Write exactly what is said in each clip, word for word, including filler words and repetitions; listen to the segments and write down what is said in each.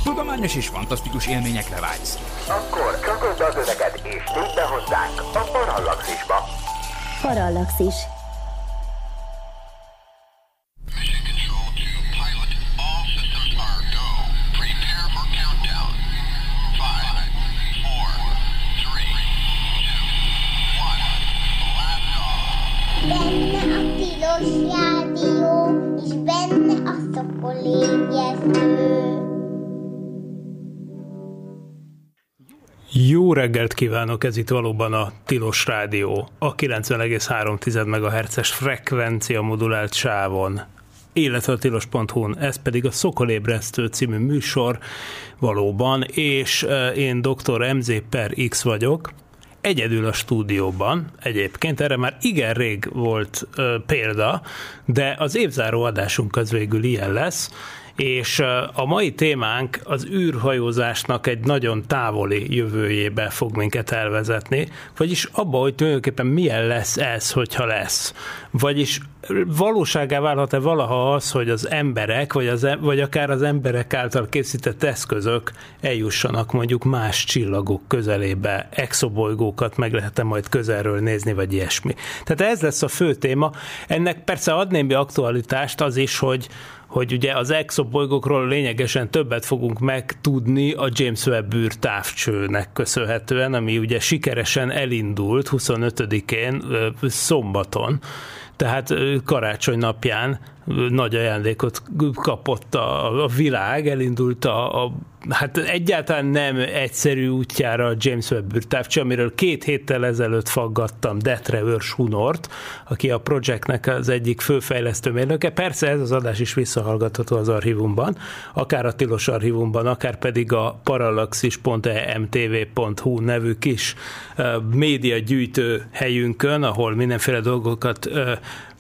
Tudományos és fantasztikus élményekre vágysz? Akkor csatold az öveket és tűzd be hozzánk a Parallaxisba. Parallaxis. Benne a tilos rádió, és benne a szokolébresztő. Jó reggelt kívánok, ez itt valóban a Tilos Rádió, a kilencven egész három megahertzes frekvencia modulált sávon, illetve a tilos pont hu-n, ez pedig a Szokolébresztő című műsor valóban, és én doktor em zé per X vagyok, egyedül a stúdióban, egyébként erre már igen rég volt ö, példa, de az évzáró adásunk az végül ilyen lesz, és a mai témánk az űrhajózásnak egy nagyon távoli jövőjébe fog minket elvezetni, vagyis abba, hogy tulajdonképpen milyen lesz ez, hogyha lesz. Vagyis valóságá válhat-e valaha az, hogy az emberek, vagy, az, vagy akár az emberek által készített eszközök eljussanak mondjuk más csillagok közelébe, exobolygókat meg lehet-e majd közelről nézni, vagy ilyesmi. Tehát ez lesz a fő téma. Ennek persze ad némi aktualitást az is, hogy hogy ugye az exobolygókról lényegesen többet fogunk megtudni a James Webb űrtávcsőnek köszönhetően, ami ugye sikeresen elindult huszonötödikén szombaton, tehát karácsony napján nagy ajándékot kapott a, a világ, elindult a, a hát egyáltalán nem egyszerű útjára a James Webb űrtávcső, amiről két héttel ezelőtt faggattam Detre Őrs-Hunort, aki a projektnek az egyik főfejlesztő mérnöke. Persze ez az adás is visszahallgatható az archívumban, akár a Tilos archívumban, akár pedig a parallaxis pont e m t v pont hu nevű kis uh, médiagyűjtő helyünkön, ahol mindenféle dolgokat uh,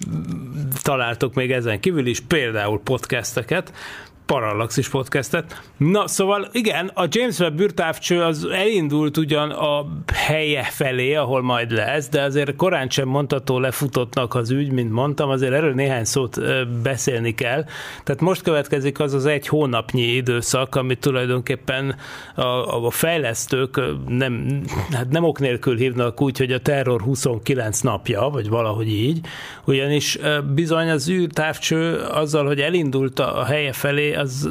találtok még ezen kívül is, például podcasteket, Parallaxis podcastet. Na, szóval igen, a James Webb űrtávcső az elindult ugyan a helye felé, ahol majd lesz, de azért korán sem mondható lefutottnak az ügy, mint mondtam, azért erről néhány szót beszélni kell. Tehát most következik az az egy hónapnyi időszak, amit tulajdonképpen a, a fejlesztők nem, hát nem ok nélkül hívnak úgy, hogy a terror huszonkilenc napja, vagy valahogy így, ugyanis bizony az űrtávcső azzal, hogy elindult a helye felé, az,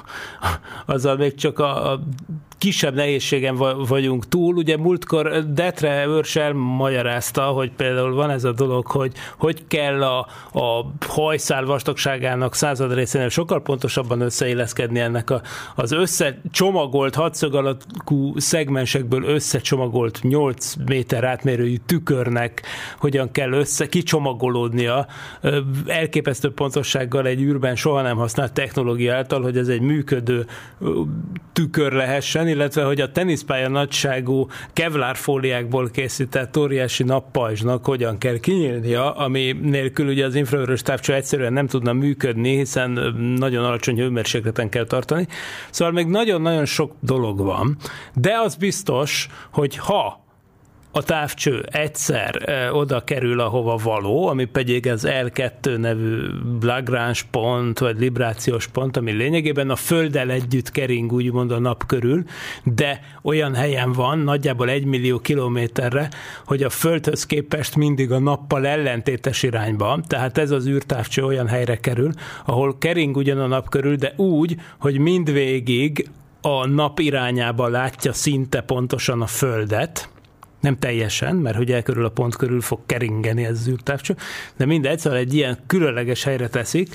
azzal még csak a, a kisebb nehézségen vagyunk túl. Ugye múltkor Detre Őrs elmagyarázta, hogy például van ez a dolog, hogy hogy kell a, a hajszál vastagságának század részénél sokkal pontosabban összeilleszkedni ennek a, az összecsomagolt, hatszög alakú szegmensekből összecsomagolt nyolc méter átmérőjű tükörnek hogyan kell össze kicsomagolódnia elképesztő pontossággal egy űrben soha nem használt technológia által, hogy ez egy működő tükör lehessen, illetve hogy a teniszpálya nagyságú kevlárfóliákból készített óriási nappajzsnak hogyan kell kinyílnia, ami nélkül ugye az infravörös távcső egyszerűen nem tudna működni, hiszen nagyon alacsony hőmérsékleten kell tartani. Szóval még nagyon-nagyon sok dolog van, de az biztos, hogy ha a távcső egyszer e, oda kerül, ahova való, ami pedig az el kettő nevű Lagrange pont, vagy librációs pont, ami lényegében a Földdel együtt kering, úgymond a nap körül, de olyan helyen van, nagyjából egy millió kilométerre, hogy a Földhöz képest mindig a nappal ellentétes irányba, tehát ez az űrtávcső olyan helyre kerül, ahol kering ugyan a nap körül, de úgy, hogy mindvégig a nap irányába látja szinte pontosan a Földet, nem teljesen, mert hogy el körül a pont körül fog keringeni ez az űrtávcső, de mindegy, szóval egy ilyen különleges helyre teszik,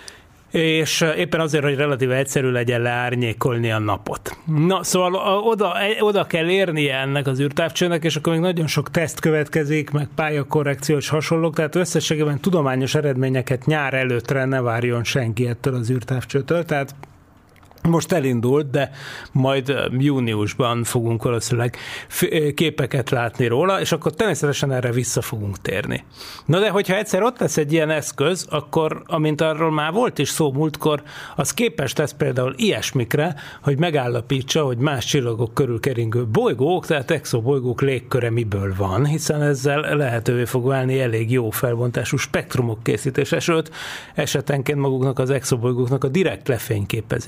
és éppen azért, hogy relatíve egyszerű legyen leárnyékolni a napot. Na, szóval oda, oda kell érnie ennek az űrtávcsőnek, és akkor még nagyon sok teszt következik, meg pályakorrekció és hasonlók, tehát összességében tudományos eredményeket nyár előttre ne várjon senki ettől az űrtávcsőtől, tehát most elindult, de majd júniusban fogunk valószínűleg képeket látni róla, és akkor természetesen erre vissza fogunk térni. Na de hogyha egyszer ott lesz egy ilyen eszköz, akkor, amint arról már volt is szó múltkor, az képes lesz például ilyesmikre, hogy megállapítsa, hogy más csillagok körül keringő bolygók, tehát exobolygók légköre miből van, hiszen ezzel lehetővé fog válni elég jó felbontású spektrumok készítése, sőt, esetenként maguknak az exobolygóknak a direkt lefényképezése is.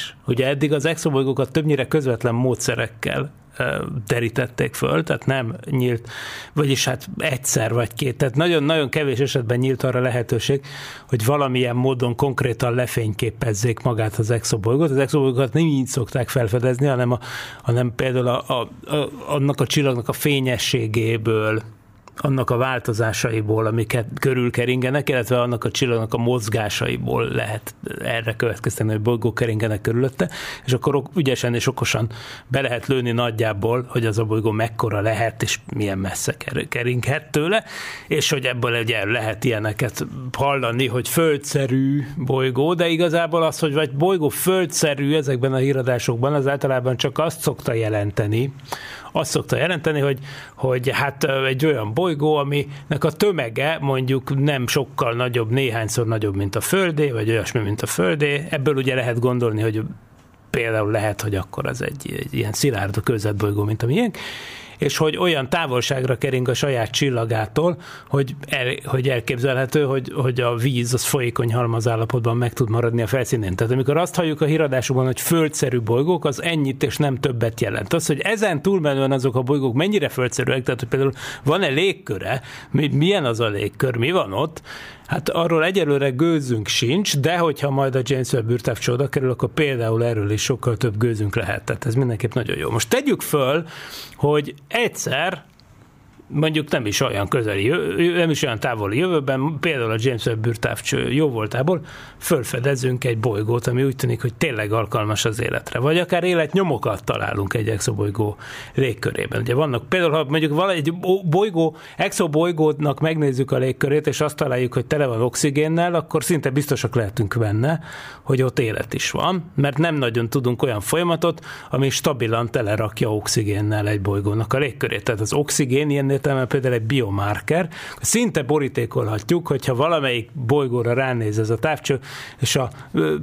kérdés. Ugye eddig az exobolygókat többnyire közvetlen módszerekkel derítették föl, tehát nem nyílt, vagyis hát egyszer vagy két, tehát nagyon-nagyon kevés esetben nyílt arra lehetőség, hogy valamilyen módon konkrétan lefényképezzék magát az exobolygót. Az exobolygókat nem így szokták felfedezni, hanem, a, hanem például a, a, a, annak a csillagnak a fényességéből, annak a változásaiból, amiket körülkeringenek, illetve annak a csillagnak a mozgásaiból lehet erre következteni, hogy bolygók keringenek körülötte, és akkor ügyesen és okosan be lehet lőni nagyjából, hogy az a bolygó mekkora lehet, és milyen messze keringhet tőle, és hogy ebből ugye lehet ilyeneket hallani, hogy földszerű bolygó, de igazából az, hogy vagy bolygó földszerű ezekben a híradásokban, az általában csak azt szokta jelenteni, azt szokta jelenteni, hogy, hogy hát egy olyan bolygó, aminek a tömege mondjuk nem sokkal nagyobb, néhányszor nagyobb, mint a Földé, vagy olyasmi, mint a Földé. Ebből ugye lehet gondolni, hogy például lehet, hogy akkor az egy, egy ilyen szilárd kőzetbolygó, mint a miénk, és hogy olyan távolságra kering a saját csillagától, hogy, el, hogy elképzelhető, hogy, hogy a víz az folyékony halmazállapotban meg tud maradni a felszínén. Tehát amikor azt halljuk a híradásokban, hogy földszerű bolygók, az ennyit és nem többet jelent. Az, hogy ezen túlmenően azok a bolygók mennyire földszerűek, tehát hogy például van-e légköre, milyen az a légkör, mi van ott, hát arról egyelőre gőzünk sincs, de hogyha majd a James Webb űrtávcső oda kerül, akkor például erről is sokkal több gőzünk lehet. Tehát ez mindenképp nagyon jó. Most tegyük föl, hogy egyszer, mondjuk nem is olyan közeli, nem is olyan távoli jövőben, például a James Webb űrtávcső jó voltából fölfedezünk egy bolygót, ami úgy tűnik, hogy tényleg alkalmas az életre. Vagy akár életnyomokat találunk egy exobolygó légkörében. Ugye vannak például, ha mondjuk valahogy bolygó, exobolygónak megnézzük a légkörét, és azt találjuk, hogy tele van oxigénnel, akkor szinte biztosak lehetünk benne, hogy ott élet is van, mert nem nagyon tudunk olyan folyamatot, ami stabilan telerakja oxigénnel egy bolygónak a légkörét. Tehát az oxigén ilyen értelemben például egy biomarker, szinte borítékolhatjuk, hogyha valamelyik bolygóra ránéz ez a távcső, és a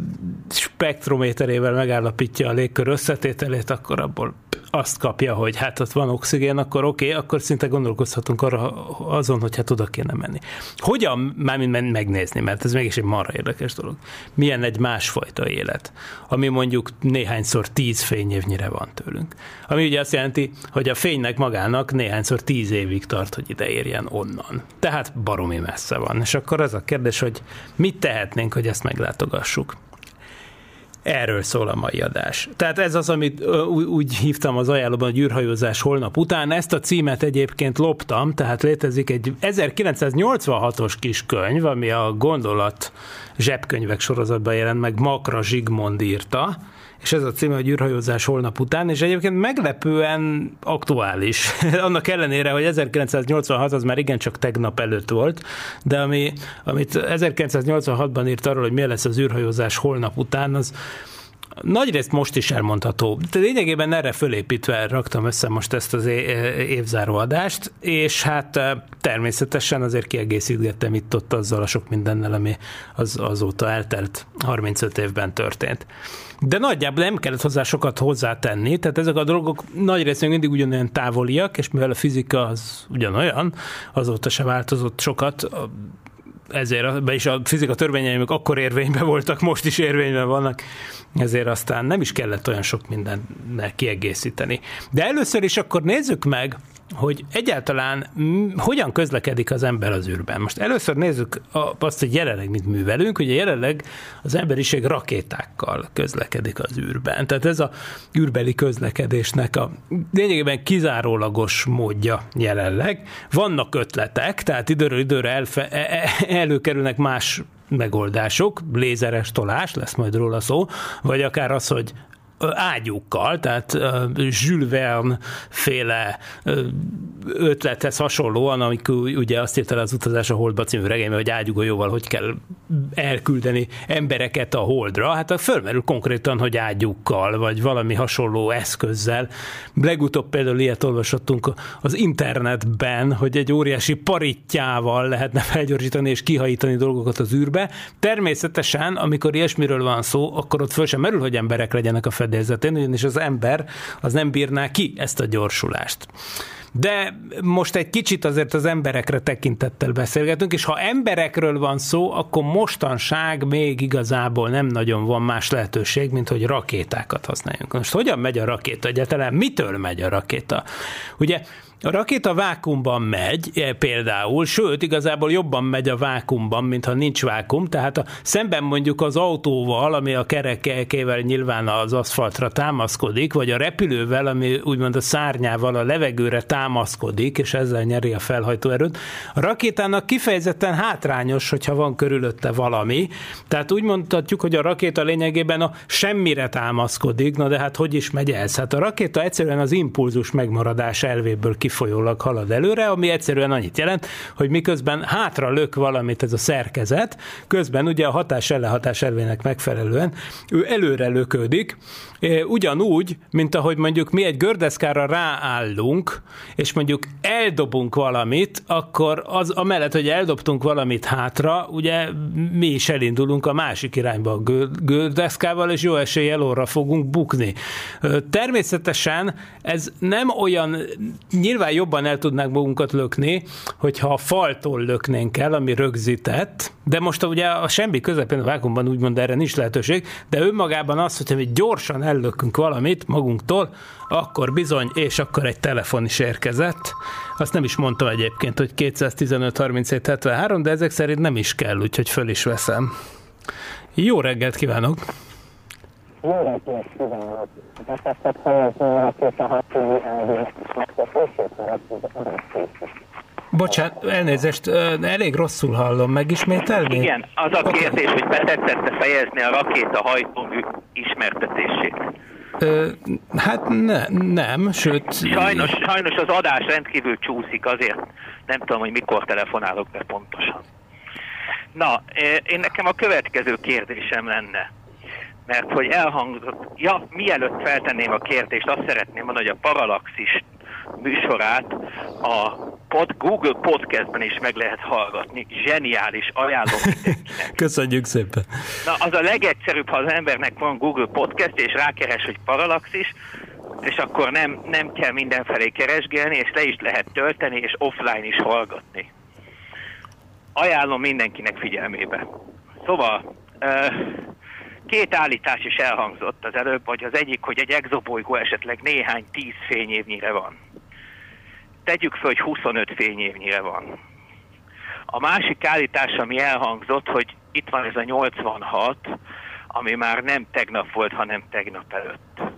spektrométerével megállapítja a légkör összetételét, akkor abból azt kapja, hogy hát ott van oxigén, akkor oké, okay, akkor szinte gondolkozhatunk arra azon, hogy hát oda kéne menni. Hogyan mármint megnézni, mert ez mégis egy marha érdekes dolog. Milyen egy másfajta élet, ami mondjuk néhányszor tíz fényévnyire van tőlünk. Ami ugye azt jelenti, hogy a fénynek magának néhányszor tíz évig tart, hogy ide érjen onnan. Tehát baromi messze van. És akkor az a kérdés, hogy mit tehetnénk, hogy ezt meglátogassuk. Erről szól a mai adás. Tehát ez az, amit úgy hívtam az ajánlóban, hogy űrhajózás holnap után. Ezt a címet egyébként loptam, tehát létezik egy ezerkilencszáznyolcvanhatos kis könyv, ami a Gondolat zsebkönyvek sorozatban jelent meg, Makra Zsigmond írta, és ez a címe, hogy űrhajózás holnap után, és egyébként meglepően aktuális. Annak ellenére, hogy ezerkilencszáznyolcvanhat az már igencsak tegnap előtt volt, de ami, amit ezerkilencszáznyolcvanhatban írt arról, hogy milyen lesz az űrhajózás holnap után, az nagyrészt most is elmondható. De lényegében erre fölépítve raktam össze most ezt az évzáró adást, és hát természetesen azért kiegészítgettem itt-ott azzal a sok mindennel, ami az, azóta eltelt harmincöt évben történt. De nagyjából nem kellett hozzá sokat hozzátenni, tehát ezek a dolgok nagyrészt még mindig ugyanolyan távoliak, és mivel a fizika az ugyanolyan, azóta se változott sokat, ezért, és a fizika törvényei még akkor érvényben voltak, most is érvényben vannak, ezért aztán nem is kellett olyan sok mindennel kiegészíteni. De először is akkor nézzük meg, hogy egyáltalán m- hogyan közlekedik az ember az űrben. Most először nézzük azt, hogy jelenleg mit művelünk. Ugye jelenleg az emberiség rakétákkal közlekedik az űrben. Tehát ez a űrbeli közlekedésnek a lényegében kizárólagos módja jelenleg. Vannak ötletek, tehát időről időre elfe- előkerülnek más megoldások, lézeres tolás, lesz majd róla szó, vagy akár az, hogy ágyúkkal, tehát Jules Verne féle ötlethez hasonlóan, amikor ugye azt írta az Utazás a Holdba című regényben, hogy ágyúgolyóval hogy kell elküldeni embereket a Holdra, hát fölmerül konkrétan, hogy ágyúkkal, vagy valami hasonló eszközzel. Legutóbb például ilyet olvasottunk az internetben, hogy egy óriási parittyával lehetne felgyorsítani és kihajítani dolgokat az űrbe. Természetesen, amikor ilyesmiről van szó, akkor ott föl sem merül, hogy emberek legyenek a fedélzetén, ugyanis az ember az nem bírná ki ezt a gyorsulást. De most egy kicsit azért az emberekre tekintettel beszélgetünk, és ha emberekről van szó, akkor mostanság még igazából nem nagyon van más lehetőség, mint hogy rakétákat használjunk. Most hogyan megy a rakéta egyáltalán? Mitől megy a rakéta? Ugye a rakéta vákuumban megy például, sőt, igazából jobban megy a vákuumban, mintha nincs vákuum, tehát a, szemben mondjuk az autóval, ami a kerekekével nyilván az aszfaltra támaszkodik, vagy a repülővel, ami úgymond a szárnyával a levegőre támaszkodik, és ezzel nyeri a felhajtó erőt. A rakétának kifejezetten hátrányos, hogyha van körülötte valami, tehát úgy mondhatjuk, hogy a rakéta lényegében a semmire támaszkodik, na de hát hogy is megy ez? Hát a rakéta egyszerűen az impulzus megmaradás elvéből kifolyólag halad előre, ami egyszerűen annyit jelent, hogy miközben hátra lök valamit ez a szerkezet, közben ugye a hatás-ellenhatás elvének megfelelően ő előre löködik, ugyanúgy, mint ahogy mondjuk mi egy gördeszkára ráállunk, és mondjuk eldobunk valamit, akkor az amellett, hogy eldobtunk valamit hátra, ugye mi is elindulunk a másik irányba a gördeszkával, és jó eséllyel orra fogunk bukni. Természetesen ez nem olyan, nyilván jobban el tudnánk magunkat lökni, hogyha a faltól löknénk el, ami rögzített, de most ugye a semmi közepén a vákuumban úgymond erre nincs lehetőség, de önmagában az, hogyha mi gyorsan ellökünk valamit magunktól, akkor bizony, és akkor egy telefon is érkezett. Azt nem is mondtam egyébként, hogy kétszáztizenöt harminchét hetvenhárom, de ezek szerint nem is kell, úgyhogy föl is veszem. Jó reggelt kívánok! Jó reggelt kívánok! Betettet helyezni a kétszázhatvannégy elvét, mert a fősét Bocsánat, elnézést, elég rosszul hallom, megismételni? Igen, az a kérdés, okay. Hogy betetszette fejezni a rakéta hajtómű ismertetését. Ö, hát ne, nem, sőt... Sajnos, sajnos az adás rendkívül csúszik, azért nem tudom, hogy mikor telefonálok be pontosan. Na, én nekem a következő kérdésem lenne, mert hogy elhangzott, ja, mielőtt feltenném a kérdést, azt szeretném mondani, hogy a Paralaxis műsorát a pod, Google Podcastben is meg lehet hallgatni. Zseniális, ajánlom mindenkinek. Köszönjük szépen. Na, az a legegyszerűbb, ha az embernek van Google Podcast, és rákeres, hogy Paralaxis, és akkor nem, nem kell mindenfelé keresgélni, és le is lehet tölteni, és offline is hallgatni. Ajánlom mindenkinek figyelmébe. Szóval... Uh, Két állítás is elhangzott az előbb, hogy az egyik, hogy egy exobolygó esetleg néhány tíz fényévnyire van. Tegyük föl, hogy huszonöt fényévnyire van. A másik állítás, ami elhangzott, hogy itt van ez a nyolcvanhat, ami már nem tegnap volt, hanem tegnap előtt.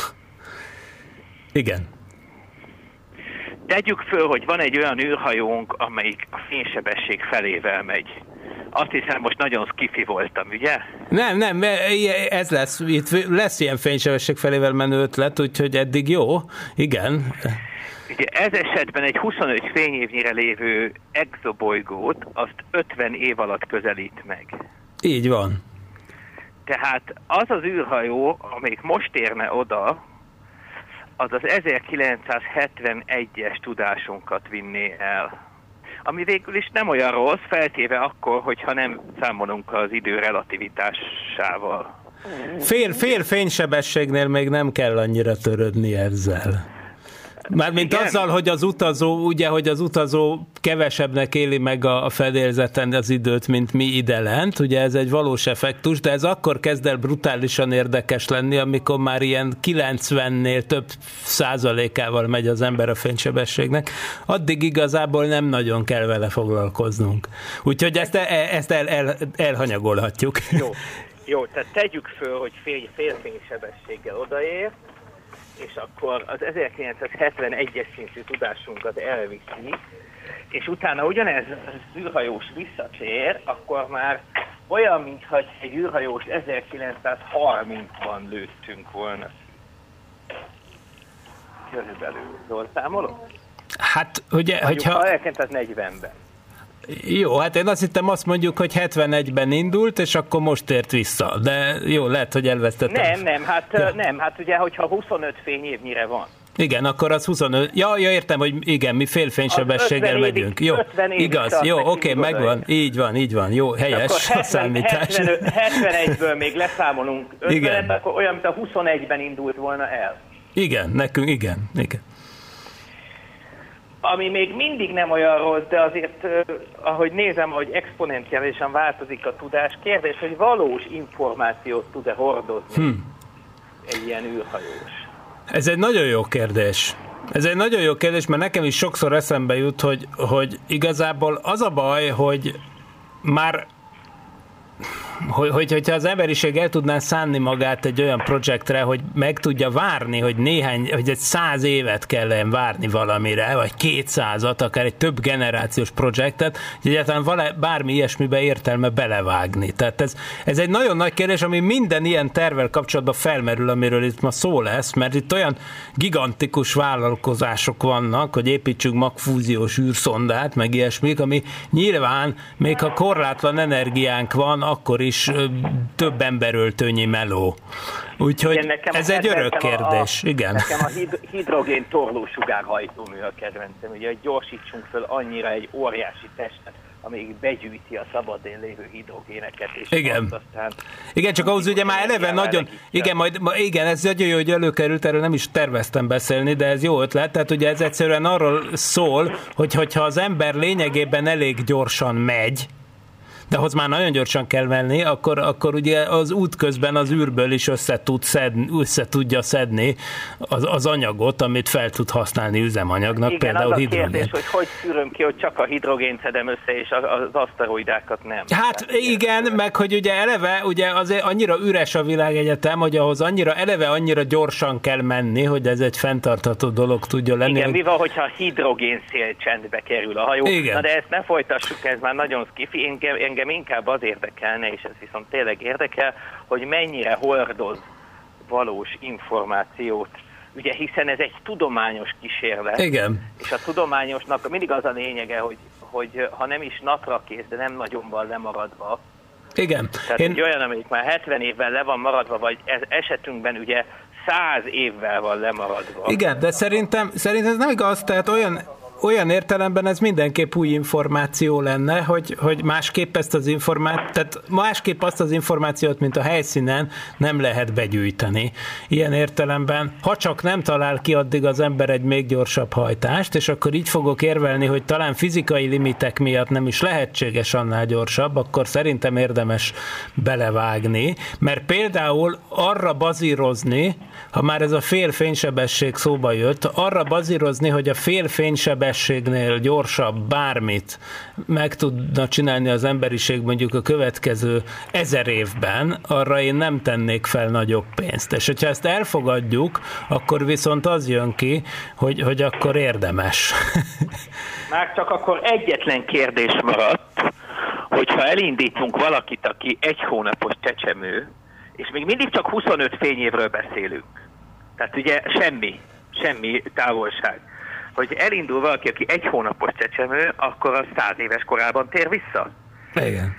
Igen. Tegyük föl, hogy van egy olyan űrhajónk, amelyik a fénysebesség felével megy. Azt hiszem, most nagyon skifi voltam, ugye? Nem, nem, ez lesz, itt lesz ilyen fénysebesség felével menő ötlet, úgyhogy eddig jó, igen. Ugye ez esetben egy huszonöt fényévnyire lévő exobolygót, azt ötven év alatt közelít meg. Így van. Tehát az az űrhajó, amelyik most érne oda, az az ezerkilencszázhetvenegyes tudásunkat vinné el. Ami végül is nem olyan rossz, feltéve akkor, hogyha nem számolunk az idő relativitásával. Fél, fél fénysebességnél még nem kell annyira törődni ezzel. Mármint igen. Azzal, hogy az utazó, ugye, hogy az utazó kevesebbnek éli meg a, a fedélzeten az időt, mint mi ide lent, ugye ez egy valós effektus, de ez akkor kezd el brutálisan érdekes lenni, amikor már ilyen kilencvennél több százalékával megy az ember a fénysebességnek, addig igazából nem nagyon kell vele foglalkoznunk. Úgyhogy ezt, ezt el, el, elhanyagolhatjuk. Jó, jó, tehát tegyük föl, hogy fél, fél fénysebességgel odaér, és akkor az ezerkilencszázhetvenegyes szintű tudásunkat elviszi, és utána ugyanez az űrhajós visszatér, akkor már olyan, mintha egy űrhajós ezerkilencszázharmincban lőttünk volna. Körülbelül. Jól számolok? Hát, ugye, Vagyunk hogyha... a ezerkilencszáznegyvenben. Jó, hát én azt hittem, azt mondjuk, hogy hetvenegyben indult, és akkor most tért vissza. De jó, lehet, hogy elvesztettem. Nem, nem, hát ja. nem, hát ugye, hogyha huszonöt fényévnyire van. Igen, akkor az huszonöt. Ja, ja, értem, hogy igen, mi félfénysebességgel megyünk. Jó, igaz, jó, oké, okay, megvan, így van, így van, jó, helyes a számítás. hetvenegyből még leszámolunk ötvenet, akkor olyan, mint a huszonegyben indult volna el. Igen, nekünk, igen, igen. ami még mindig nem olyan rossz, de azért, ahogy nézem, hogy exponenciálisan változik a tudás, kérdés, hogy valós információt tud-e hordozni hmm. egy ilyen űrhajós? Ez egy nagyon jó kérdés. Ez egy nagyon jó kérdés, mert nekem is sokszor eszembe jut, hogy, hogy igazából az a baj, hogy már hogy, hogy, hogyha az emberiség el tudná szánni magát egy olyan projektre, hogy meg tudja várni, hogy néhány, hogy egy száz évet kellene várni valamire, vagy kétszázat, akár egy több generációs projektet, hogy egyáltalán vala, bármi ilyesmibe értelme belevágni. Tehát ez, ez egy nagyon nagy kérdés, ami minden ilyen tervvel kapcsolatban felmerül, amiről itt ma szó lesz, mert itt olyan gigantikus vállalkozások vannak, hogy építsünk magfúziós űrszondát, meg ilyesmik, ami nyilván, még ha korlátlan energiánk van, akkor is több emberöltőnyi meló. Úgyhogy igen, ez egy örök kérdés. A, igen. Nekem a hid- hidrogén torlósugárhajtómű a kedvencem, ugye, hogy gyorsítsunk föl annyira egy óriási testet, amíg begyűjti a szabadén lévő hidrogéneket. És igen. Aztán igen, csak ahhoz ugye már eleve nagyon, igen, majd, igen, ez nagyon jó, hogy előkerült, erről nem is terveztem beszélni, de ez jó ötlet, tehát ugye ez egyszerűen arról szól, hogy hogyha az ember lényegében elég gyorsan megy, de ahhoz már nagyon gyorsan kell menni, akkor, akkor ugye az út közben az űrből is össze, tud szedni, össze tudja szedni az, az anyagot, amit fel tud használni üzemanyagnak, igen, például hidrogén. Igen, az a kérdés, hogy hogy szűröm ki, hogy csak a hidrogént szedem össze, és az aszteroidákat nem. Hát tehát igen, ilyen. Meg hogy ugye eleve, ugye azért annyira üres a világegyetem, hogy ahhoz annyira, eleve annyira gyorsan kell menni, hogy ez egy fenntartható dolog tudja lenni. Igen, hogy... mi van, hogyha a hidrogén szélcsendbe kerül a hajó? Igen. Na de ezt ne folytassuk, ez már nagyon skifi, engem, engem inkább az érdekelne, és ez viszont tényleg érdekel, hogy mennyire hordoz valós információt. Ugye, hiszen ez egy tudományos kísérlet. Igen. És a tudományosnak mindig az a lényege, hogy, hogy ha nem is napra kész, de nem nagyon van lemaradva. Igen. Tehát Én... egy olyan, amelyik már hetven évvel le van maradva, vagy ez esetünkben ugye száz évvel van lemaradva. Igen, de szerintem, szerintem ez nem igaz, tehát olyan Olyan értelemben ez mindenképp új információ lenne, hogy, hogy másképp ezt az információt, tehát másképp azt az információt, mint a helyszínen nem lehet begyűjteni. Ilyen értelemben, ha csak nem talál ki addig az ember egy még gyorsabb hajtást, és akkor így fogok érvelni, hogy talán fizikai limitek miatt nem is lehetséges annál gyorsabb, akkor szerintem érdemes belevágni, mert például arra bazírozni, ha már ez a fél fénysebesség szóba jött, arra bazírozni, hogy a fél fénysebesség gyorsabb bármit meg tudna csinálni az emberiség mondjuk a következő ezer évben, arra én nem tennék fel nagyobb pénzt. És hogyha ezt elfogadjuk, akkor viszont az jön ki, hogy, hogy akkor érdemes. Már csak akkor egyetlen kérdés maradt, hogyha elindítunk valakit, aki egy hónapos csecsemő, és még mindig csak huszonöt fényévről beszélünk. Tehát ugye semmi, semmi távolság. Hogy elindul valaki, aki egy hónapos csecsemő, akkor az száz éves korában tér vissza. Igen.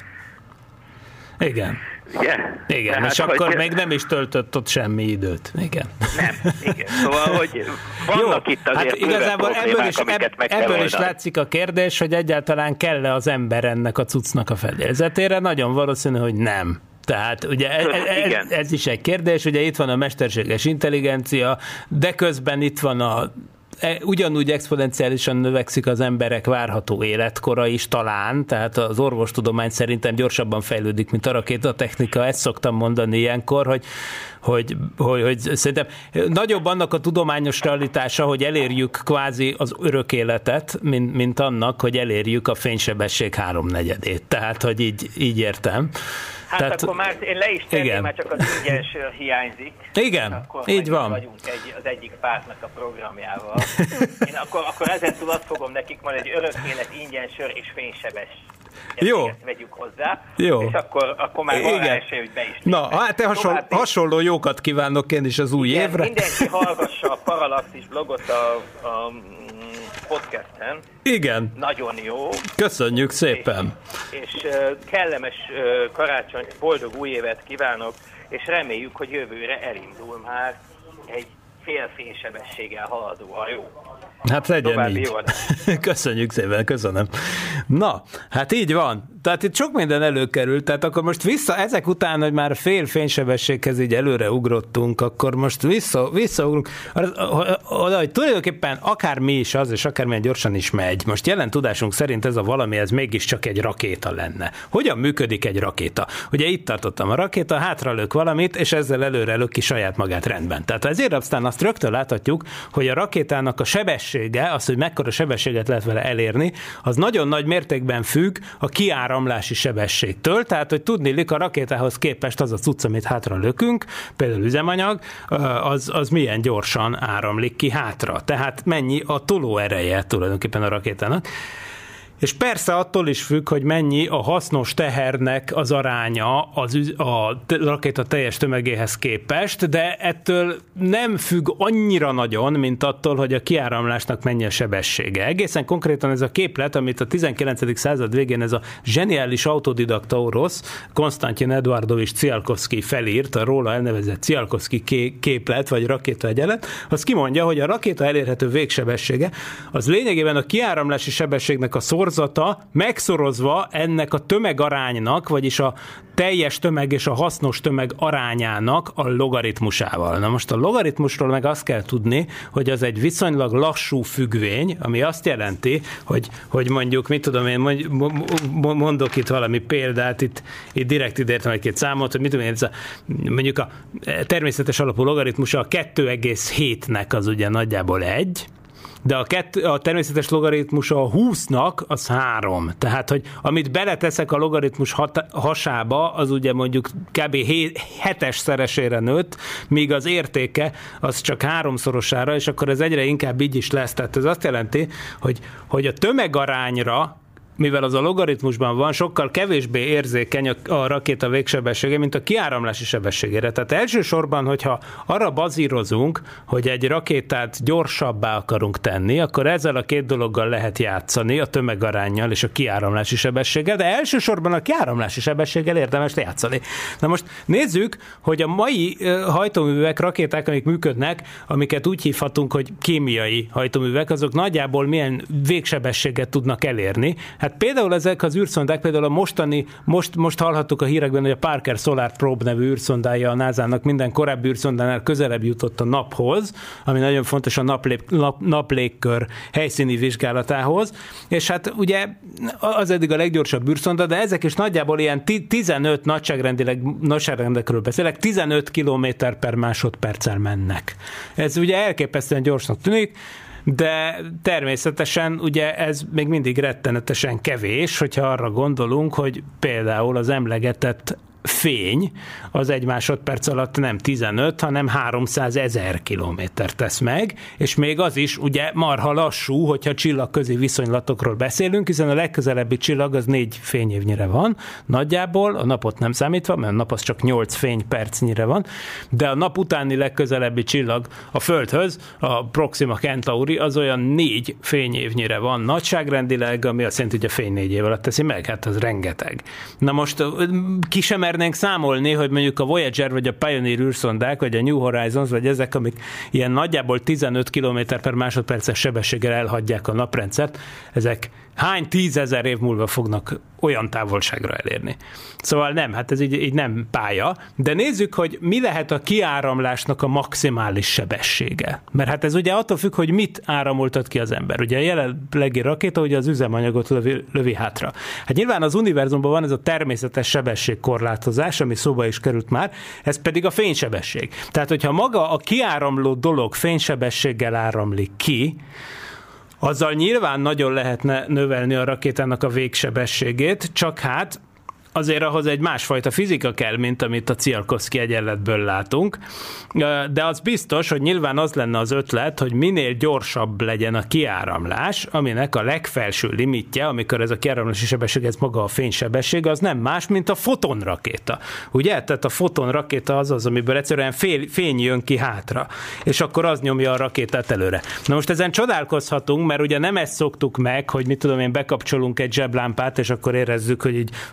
Igen. Ugye? Igen, tehát, és akkor hogy... még nem is töltött ott semmi időt. Igen. Nem, igen. Szóval, hogy vannak jó, itt azért hát igazából ebből is, ebb, ebből is látszik a kérdés, hogy egyáltalán kell-e az ember ennek a cuccnak a fedélzetére. Nagyon valószínű, hogy nem. Tehát ugye ez, ez, ez is egy kérdés, ugye itt van a mesterséges intelligencia, de közben itt van a ugyanúgy exponenciálisan növekszik az emberek várható életkora is talán, tehát az orvostudomány szerintem gyorsabban fejlődik, mint a rakétatechnika, ezt szoktam mondani ilyenkor, hogy, hogy, hogy, hogy szerintem nagyobb annak a tudományos realitása, hogy elérjük kvázi az örök életet, mint, mint annak, hogy elérjük a fénysebesség háromnegyedét. Tehát, hogy így, így értem. Hát tehát, akkor már én le is tenném, mert csak az ingyen sör hiányzik. Igen, akkor így van. Vagyunk egy, az egyik pártnak a programjával. Én akkor, akkor ezentúl azt fogom nekik majd egy örök élet, ingyen sör és fénysebes. Jó. Ezt vegyük hozzá, jó. És akkor, akkor már van rá esély, hogy be is. Na, hát te hasonló, hasonló jókat kívánok én is az új igen, évre. Mindenki hallgassa a Parallaxis blogot a, a podcasten. Igen. Nagyon jó. Köszönjük szépen. És, és uh, kellemes uh, karácsony, boldog új évet kívánok, és reméljük, hogy jövőre elindul már egy fél fénysebességgel haladó hajó. Hát legyen így. Köszönjük szépen, köszönöm. Na, hát így van. Tehát itt sok minden előkerült, tehát akkor most vissza, ezek után, hogy már fél fénysebességhez így előre ugrottunk, akkor most vissza, visszaugrunk, oda, hogy tulajdonképpen akármi is az, és akármilyen gyorsan is megy. Most jelen tudásunk szerint ez a valami, ez mégiscsak egy rakéta lenne. Hogyan működik egy rakéta? Ugye itt tartottam, a rakéta hátralök valamit, és ezzel előre lök ki saját magát rendben. Tehát ezért aztán azt rögtön láthatjuk, hogy a rakétának a sebessége, az, hogy mekkora sebességet lehet vele elérni, az nagyon nagy mértékben függ a kiáramlási sebességtől, tehát hogy tudniillik a rakétához képest az a cucc, amit hátra lökünk, például üzemanyag, az, az milyen gyorsan áramlik ki hátra. Tehát mennyi a tolóereje tulajdonképpen a rakétának. És persze attól is függ, hogy mennyi a hasznos tehernek az aránya az, a rakéta teljes tömegéhez képest, de ettől nem függ annyira nagyon, mint attól, hogy a kiáramlásnak mennyi a sebessége. Egészen konkrétan ez a képlet, amit a tizenkilencedik század végén ez a zseniális autodidakta orosz, Konstantin Eduardovics Tsiolkovszky felírt, a róla elnevezett Tsiolkovszky képlet, vagy rakétaegyenlet, az kimondja, hogy a rakéta elérhető végsebessége az lényegében a kiáramlási sebességnek a szorzata megszorozva ennek a tömegaránynak, vagyis a teljes tömeg és a hasznos tömeg arányának a logaritmusával. Na most a logaritmusról meg azt kell tudni, hogy az egy viszonylag lassú függvény, ami azt jelenti, hogy, hogy mondjuk, mit tudom én, mondok itt valami példát, itt, itt direkt idértem egy-két számot, hogy mit tudom én, ez a, mondjuk a természetes alapú logaritmusa a kettő egész hétnek az ugye nagyjából egy, de a, kett, a természetes logaritmusa a húsznak az három. Tehát, hogy amit beleteszek a logaritmus hat, hasába, az ugye mondjuk kb. hetes szeresére nőtt, míg az értéke az csak háromszorosára, és akkor ez egyre inkább így is lesz. Tehát ez azt jelenti, hogy, hogy a tömegarányra, mivel az a logaritmusban van, sokkal kevésbé érzékeny a, a rakéta végsebessége, mint a kiáramlási sebességére. Tehát elsősorban, hogyha arra bazírozunk, hogy egy rakétát gyorsabbá akarunk tenni, akkor ezzel a két dologgal lehet játszani, a tömegaránnyal és a kiáramlási sebességgel, de elsősorban a kiáramlási sebességgel érdemes játszani. Na most nézzük, hogy a mai hajtóművek, rakéták, amik működnek, amiket úgy hívhatunk, hogy kémiai hajtóművek, azok nagyjából milyen végsebességet tudnak elérni. Hát például ezek az űrszondák, például a mostani, most, most hallhattuk a hírekben, hogy a Parker Solar Probe nevű űrszondája a nászának minden korábbi űrszondánál közelebb jutott a naphoz, ami nagyon fontos a naplép, nap, naplégkör helyszíni vizsgálatához, és hát ugye az eddig a leggyorsabb űrszonda, de ezek is nagyjából ilyen tizenöt nagyságrendileg, nagyságrendekről beszélek, tizenöt kilométer per másodperccel mennek. Ez ugye elképesztően gyorsnak tűnik, de természetesen ugye ez még mindig rettenetesen kevés, hogyha arra gondolunk, hogy például az emlegetett fény az egy másodperc alatt nem tizenöt, hanem háromszázezer kilométer tesz meg, és még az is ugye marha lassú, hogyha csillagközi viszonylatokról beszélünk, hiszen a legközelebbi csillag az négy fényévnyire van, nagyjából, a napot nem számítva, mert a nap az csak nyolc fénypercnyire van, de a nap utáni legközelebbi csillag a Földhöz, a Proxima Centauri, az olyan négy fényévnyire van nagyságrendileg, ami azt jelenti, hogy a fény négy év alatt teszi meg, hát az rengeteg. Na most ki sem mernénk számolni, hogy mondjuk a Voyager vagy a Pioneer űrszondák, vagy a New Horizons, vagy ezek, amik ilyen nagyjából tizenöt kilométer per másodperces sebességgel elhagyják a naprendszert, ezek hány tízezer év múlva fognak olyan távolságra elérni. Szóval nem, hát ez így, így nem pálya, de nézzük, hogy mi lehet a kiáramlásnak a maximális sebessége. Mert hát ez ugye attól függ, hogy mit áramoltat ki az ember. Ugye a jelenlegi rakéta ugye az üzemanyagot lövi, lövi hátra. Hát nyilván az univerzumban van ez a természetes sebességkorlátozás, ami szóba is került már, ez pedig a fénysebesség. Tehát, hogyha maga a kiáramló dolog fénysebességgel áramlik ki, azzal nyilván nagyon lehetne növelni a rakétának a végsebességét, csak hát azért ahhoz egy másfajta fizika kell, mint amit a Tsiolkovszky egyenletből látunk, de az biztos, hogy nyilván az lenne az ötlet, hogy minél gyorsabb legyen a kiáramlás, aminek a legfelső limitje, amikor ez a kiáramlási sebesség, ez maga a fénysebesség, az nem más, mint a fotonrakéta. Ugye? Tehát a fotonrakéta az az, amiből egyszerűen fél, fény jön ki hátra, és akkor az nyomja a rakétát előre. Na most ezen csodálkozhatunk, mert ugye nem ezt szoktuk meg, hogy mit tudom én, bekapcsolunk egy zseblámpát, és akkor érezzük, hogy így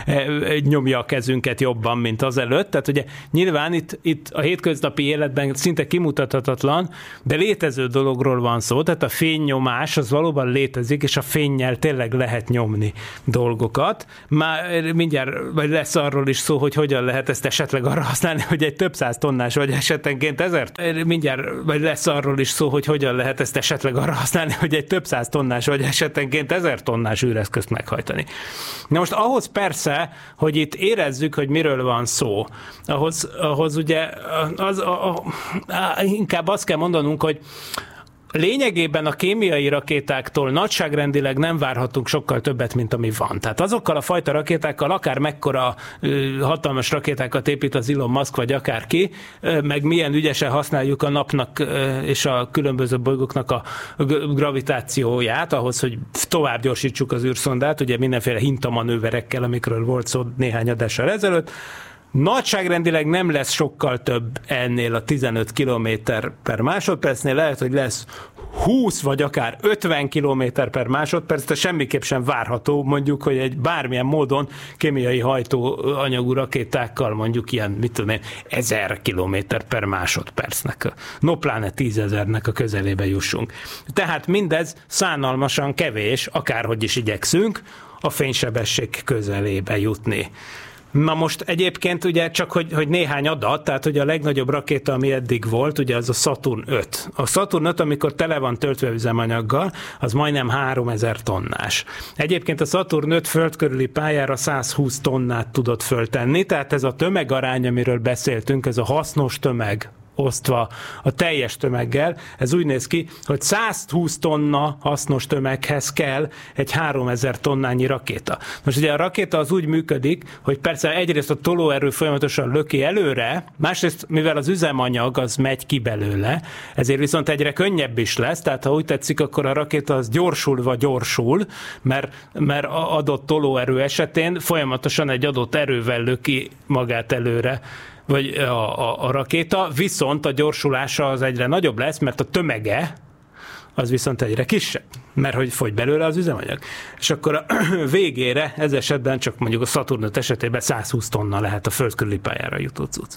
nyomja a kezünket jobban, mint azelőtt. Tehát ugye nyilván itt, itt a hétköznapi életben szinte kimutathatatlan, de létező dologról van szó, tehát a fénynyomás az valóban létezik, és a fénnyel tényleg lehet nyomni dolgokat. Már mindjárt vagy lesz arról is szó, hogy hogyan lehet ezt esetleg arra használni, hogy egy több száz tonnás vagy esetenként ezért. Mindjárt vagy lesz arról is szó, hogy hogyan lehet ezt esetleg arra használni, hogy egy több száz tonnás vagy esetenként ezer tonnás űreszközt meghajtani. Na most ahhoz persze, hogy itt érezzük, hogy miről van szó, ahhoz, ahhoz ugye az, a, a, a, inkább azt kell mondanunk, hogy lényegében a kémiai rakétáktól nagyságrendileg nem várhatunk sokkal többet, mint ami van. Tehát azokkal a fajta rakétákkal, akár mekkora hatalmas rakétákat épít az Elon Musk, vagy akárki, meg milyen ügyesen használjuk a napnak és a különböző bolygóknak a gravitációját, ahhoz, hogy tovább gyorsítsuk az űrszondát, ugye mindenféle hintamanőverekkel, amikről volt szó néhány adással ezelőtt. Nagyságrendileg nem lesz sokkal több ennél a tizenöt kilométer per másodpercnél, lehet, hogy lesz húsz vagy akár ötven kilométer per másodperc, de semmiképp sem várható, mondjuk, hogy egy bármilyen módon kémiai hajtóanyagú rakétákkal mondjuk ilyen, mit tudom én, ezer kilométer per másodpercnek, no pláne tízezernek a közelébe jussunk. Tehát mindez szánalmasan kevés, akárhogy is igyekszünk, a fénysebesség közelébe jutni. Na most egyébként ugye csak, hogy, hogy néhány adat, tehát ugye a legnagyobb rakéta, ami eddig volt, ugye az a Saturn öt. A Saturn öt, amikor tele van töltve üzemanyaggal, az majdnem háromezer tonnás. Egyébként a Saturn öt föld körüli pályára száz húsz tonnát tudott föltenni, tehát ez a tömegarány, amiről beszéltünk, ez a hasznos tömeg, osztva a teljes tömeggel, ez úgy néz ki, hogy száz húsz tonna hasznos tömeghez kell egy háromezer tonnányi rakéta. Most ugye a rakéta az úgy működik, hogy persze egyrészt a tolóerő folyamatosan löki előre, másrészt mivel az üzemanyag az megy ki belőle, ezért viszont egyre könnyebb is lesz, tehát ha úgy tetszik, akkor a rakéta az gyorsulva gyorsul, mert, mert adott tolóerő esetén folyamatosan egy adott erővel löki magát előre, vagy a, a, a rakéta, viszont a gyorsulása az egyre nagyobb lesz, mert a tömege az viszont egyre kisebb, mert hogy fogy belőle az üzemanyag. És akkor a végére, ez esetben csak mondjuk a Saturn öt esetében száz húsz tonna lehet a föld körüli pályára jutó cucc.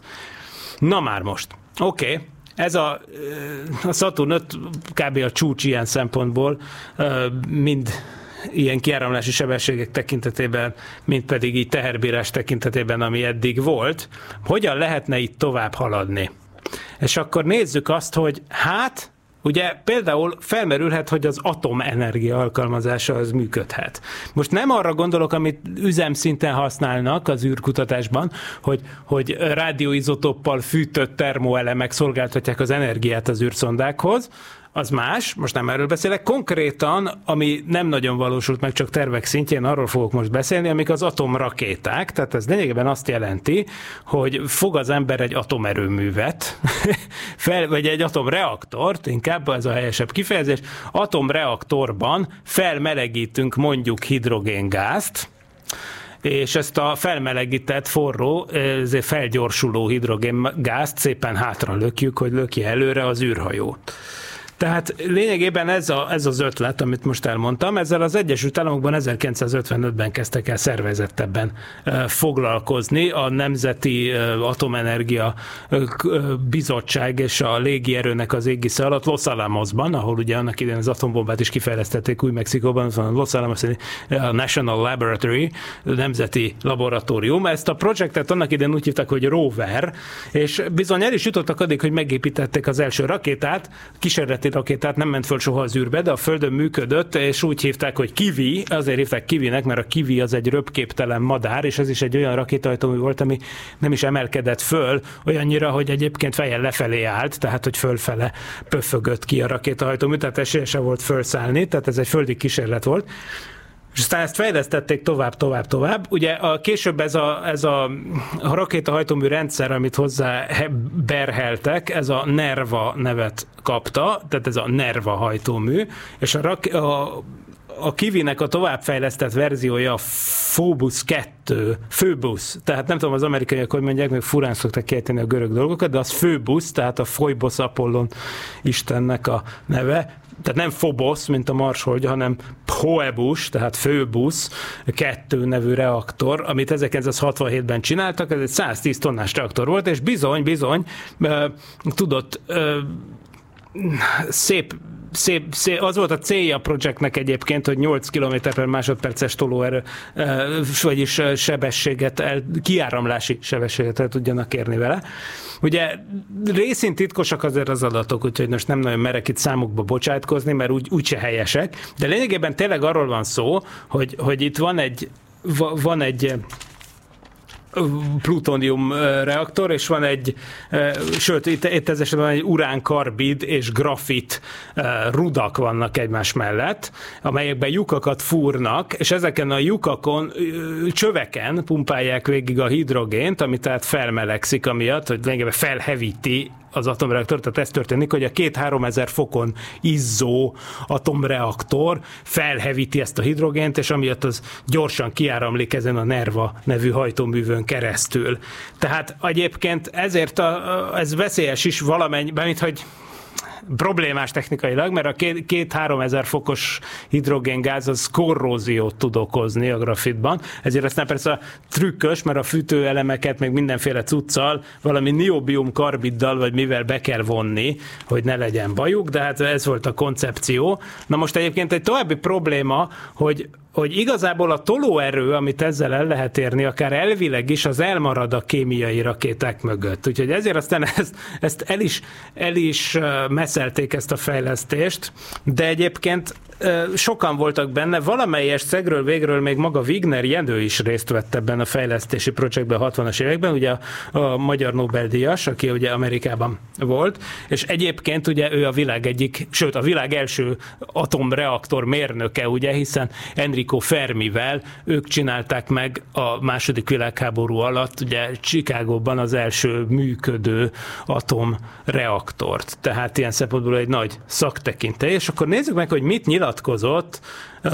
Na már most. Oké. Okay. Ez a, a Saturn öt kb. A csúcs ilyen szempontból, mind ilyen kiáramlási sebességek tekintetében, mint pedig így teherbírás tekintetében, ami eddig volt. Hogyan lehetne itt tovább haladni? És akkor nézzük azt, hogy hát, ugye például felmerülhet, hogy az atomenergia alkalmazása az működhet. Most nem arra gondolok, amit üzemszinten használnak az űrkutatásban, hogy, hogy rádióizotóppal fűtött termoelemek szolgáltatják az energiát az űrszondákhoz, az más, most nem erről beszélek, konkrétan, ami nem nagyon valósult meg, csak tervek szintjén, arról fogok most beszélni, amik az atomrakéták, tehát ez lényegében azt jelenti, hogy fog az ember egy atomerőművet, fel, vagy egy atomreaktort, inkább ez a helyesebb kifejezés, atomreaktorban felmelegítünk mondjuk hidrogéngázt, és ezt a felmelegített, forró, ezért felgyorsuló hidrogéngázt szépen hátra lökjük, hogy lökje előre az űrhajót. Tehát lényegében ez, a, ez az ötlet, amit most elmondtam, ezzel az Egyesült Államokban ezerkilencszázötvenötben kezdtek el szervezettebben foglalkozni. A Nemzeti Atomenergia Bizottság és a légierőnek az égisze alatt Los Alamosban, ahol ugye annak idején az atombombát is kifejlesztették Új-Mexikóban, van a Los Alamos a National Laboratory, nemzeti laboratórium. Ezt a projektet annak idején úgy hívták, hogy Rover, és bizony el is jutottak addig, hogy megépítették az első rakétát, kísérleti rakétát, nem ment föl soha az űrbe, de a Földön működött, és úgy hívták, hogy Kiwi, azért hívták Kiwinek, mert a Kiwi az egy röpképtelen madár, és ez is egy olyan rakétahajtómű volt, ami nem is emelkedett föl, olyannyira, hogy egyébként fejjel lefelé állt, tehát hogy fölfele pöffögött ki a rakétahajtómű, tehát esélye se volt fölszállni, tehát ez egy földi kísérlet volt. És aztán ezt fejlesztették tovább, tovább, tovább. Ugye a, később ez a, ez a, a rakétahajtómű rendszer, amit hozzá berheltek, ez a NERVA nevet kapta, tehát ez a NERVA hajtómű, és a, rak, a a Kiwinek a továbbfejlesztett verziója a Phobos kettő, Phobos, tehát nem tudom az amerikaiak, hogy mondják, meg furán szoktak kiejteni a görög dolgokat, de az Phobos, tehát a Phoebos Apollon istennek a neve, tehát nem Phobos, mint a Marsholdja, hanem Phoebus, tehát Phobos kettő nevű reaktor, amit ezerkilencszázhatvanhétben csináltak, ez egy száztíz tonnás reaktor volt, és bizony, bizony, tudott szép Szép, szép, az volt a célja a projektnek egyébként, hogy nyolc kilométer per másodperces tolóerő, vagyis sebességet, el, kiáramlási sebességet el tudjanak érni vele. Ugye részint titkosak azért az adatok, úgyhogy most nem nagyon merek itt számokba bocsátkozni, mert úgy, úgyse helyesek, de lényegében tényleg arról van szó, hogy, hogy itt van egy, van egy plutónium reaktor, és van egy, sőt, itt, itt ez esetben egy uránkarbid és grafit rudak vannak egymás mellett, amelyekben lyukakat fúrnak, és ezeken a lyukakon, csöveken pumpálják végig a hidrogént, ami tehát felmelegszik amiatt, hogy lényegében felhevíti az atomreaktor, tehát ez történik, hogy a két-három ezer fokon izzó atomreaktor felhevíti ezt a hidrogént, és amiatt az gyorsan kiáramlik ezen a NERVA nevű hajtóművön keresztül. Tehát egyébként ezért a, ez veszélyes is valamennyi, mint hogy problémás technikailag, mert a két-három ezer fokos hidrogéngáz az korróziót tud okozni a grafitban, ezért aztán persze trükkös, mert a fűtőelemeket meg mindenféle cuccal, valami niobium karbiddal, vagy mivel be kell vonni, hogy ne legyen bajuk, de hát ez volt a koncepció. Na most egyébként egy további probléma, hogy hogy igazából a tolóerő, amit ezzel el lehet érni, akár elvileg is, az elmarad a kémiai rakéták mögött. Úgyhogy ezért aztán ezt, ezt el is, el is messzelték ezt a fejlesztést, de egyébként sokan voltak benne, valamelyes szegről végről még maga Wigner Jenő is részt vett ebben a fejlesztési projektben a hatvanas években, ugye a, a magyar Nobel-díjas, aki ugye Amerikában volt, és egyébként ugye ő a világ egyik, sőt a világ első atomreaktor mérnöke, ugye, hiszen Enrico Fermivel ők csinálták meg a második világháború alatt, ugye Chicagóban az első működő atomreaktort. Tehát ilyen szempontból egy nagy szaktekintély, és akkor nézzük meg, hogy mit nyilatkozott uh,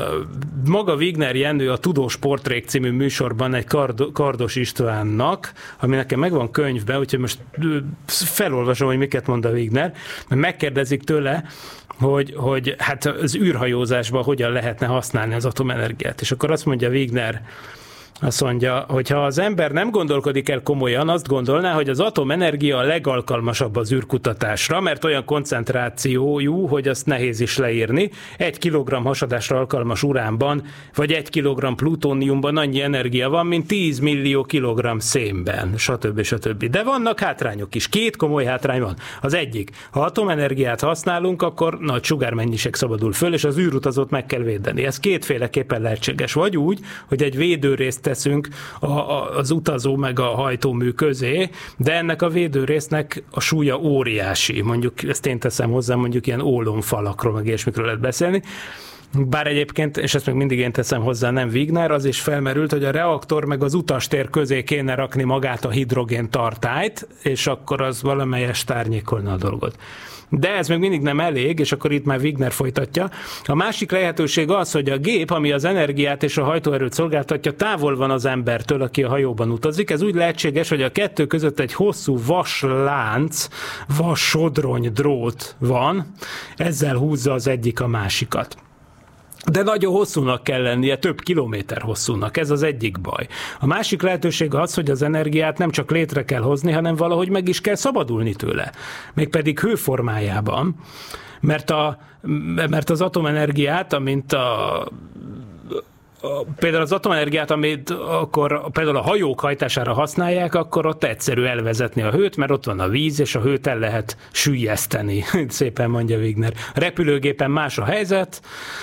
maga Wigner Jenő a Tudós Portrék című műsorban egy Kardo, Kardos Istvánnak, ami nekem megvan könyvben, úgyhogy most felolvasom, hogy miket mond a Wigner, mert megkérdezik tőle, hogy, hogy hát az űrhajózásban hogyan lehetne használni az atomenergiát. És akkor azt mondja Wigner, azt mondja, hogy ha az ember nem gondolkodik el komolyan, azt gondolná, hogy az atomenergia a legalkalmasabb az űrkutatásra, mert olyan koncentrációjú, hogy azt nehéz is leírni. Egy kilogramm hasadásra alkalmas uránban, vagy egy kilogramm plutóniumban annyi energia van, mint tíz millió kilogramm szénben, stb. stb. De vannak hátrányok is. Két komoly hátrány van. Az egyik, ha atomenergiát használunk, akkor nagy sugármennyiség szabadul föl, és az űrutazót meg kell védeni. Ez kétféleképpen lehetséges. Vagy úgy, hogy egy védőrészt teszünk a, a, az utazó meg a hajtómű közé, de ennek a védőrésznek a súlya óriási. Mondjuk, ezt én teszem hozzá, mondjuk ilyen ólomfalakról, meg ilyesmikről lehet beszélni. Bár egyébként, és ezt meg mindig én teszem hozzá, nem Wigner, az is felmerült, hogy a reaktor meg az utastér közé kéne rakni magát a hidrogén tartályt, és akkor az valamelyest tárnyékolna a dolgot. De ez még mindig nem elég, és akkor itt már Wigner folytatja. A másik lehetőség az, hogy a gép, ami az energiát és a hajtóerőt szolgáltatja, távol van az embertől, aki a hajóban utazik. Ez úgy lehetséges, hogy a kettő között egy hosszú vaslánc, vassodrony drót van, ezzel húzza az egyik a másikat. De nagyon hosszúnak kell lennie, több kilométer hosszúnak, ez az egyik baj. A másik lehetőség az, hogy az energiát nem csak létre kell hozni, hanem valahogy meg is kell szabadulni tőle. Mégpedig hőformájában, mert, a, mert az atomenergiát, amint a például az atomenergiát, amit akkor például a hajók hajtására használják, akkor ott egyszerű elvezetni a hőt, mert ott van a víz, és a hőt el lehet süllyeszteni, szépen mondja Wigner. A repülőgépen más a helyzet,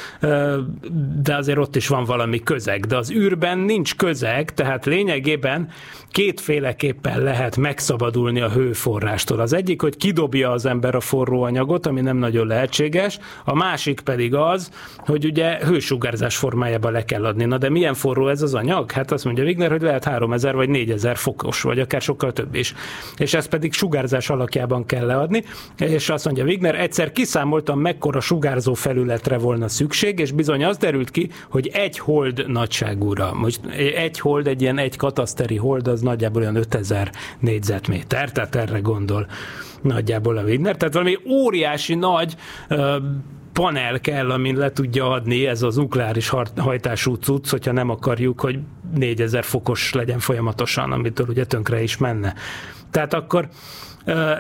de azért ott is van valami közeg. De az űrben nincs közeg, tehát lényegében kétféleképpen lehet megszabadulni a hőforrástól. Az egyik, hogy kidobja az ember a forró anyagot, ami nem nagyon lehetséges, a másik pedig az, hogy ugye hősugárzás formájában le kell adni. Na de milyen forró ez az anyag? Hát azt mondja Wigner, hogy lehet háromezer vagy négyezer fokos, vagy akár sokkal több is. És ezt pedig sugárzás alakjában kell leadni, és azt mondja Wigner, egyszer kiszámoltam, mekkora sugárzó felületre volna szükség, és bizony az derült ki, hogy egy hold nagyságúra. Most egy hold, egy ilyen egy kataszteri hold, az nagyjából olyan ötezer négyzetméter, tehát erre gondol nagyjából a Wigner. Tehát valami óriási nagy uh, panel kell, amin le tudja adni ez az nukleáris hajtású cucc, hogyha nem akarjuk, hogy négyezer fokos legyen folyamatosan, amitől ugye tönkre is menne. Tehát akkor uh,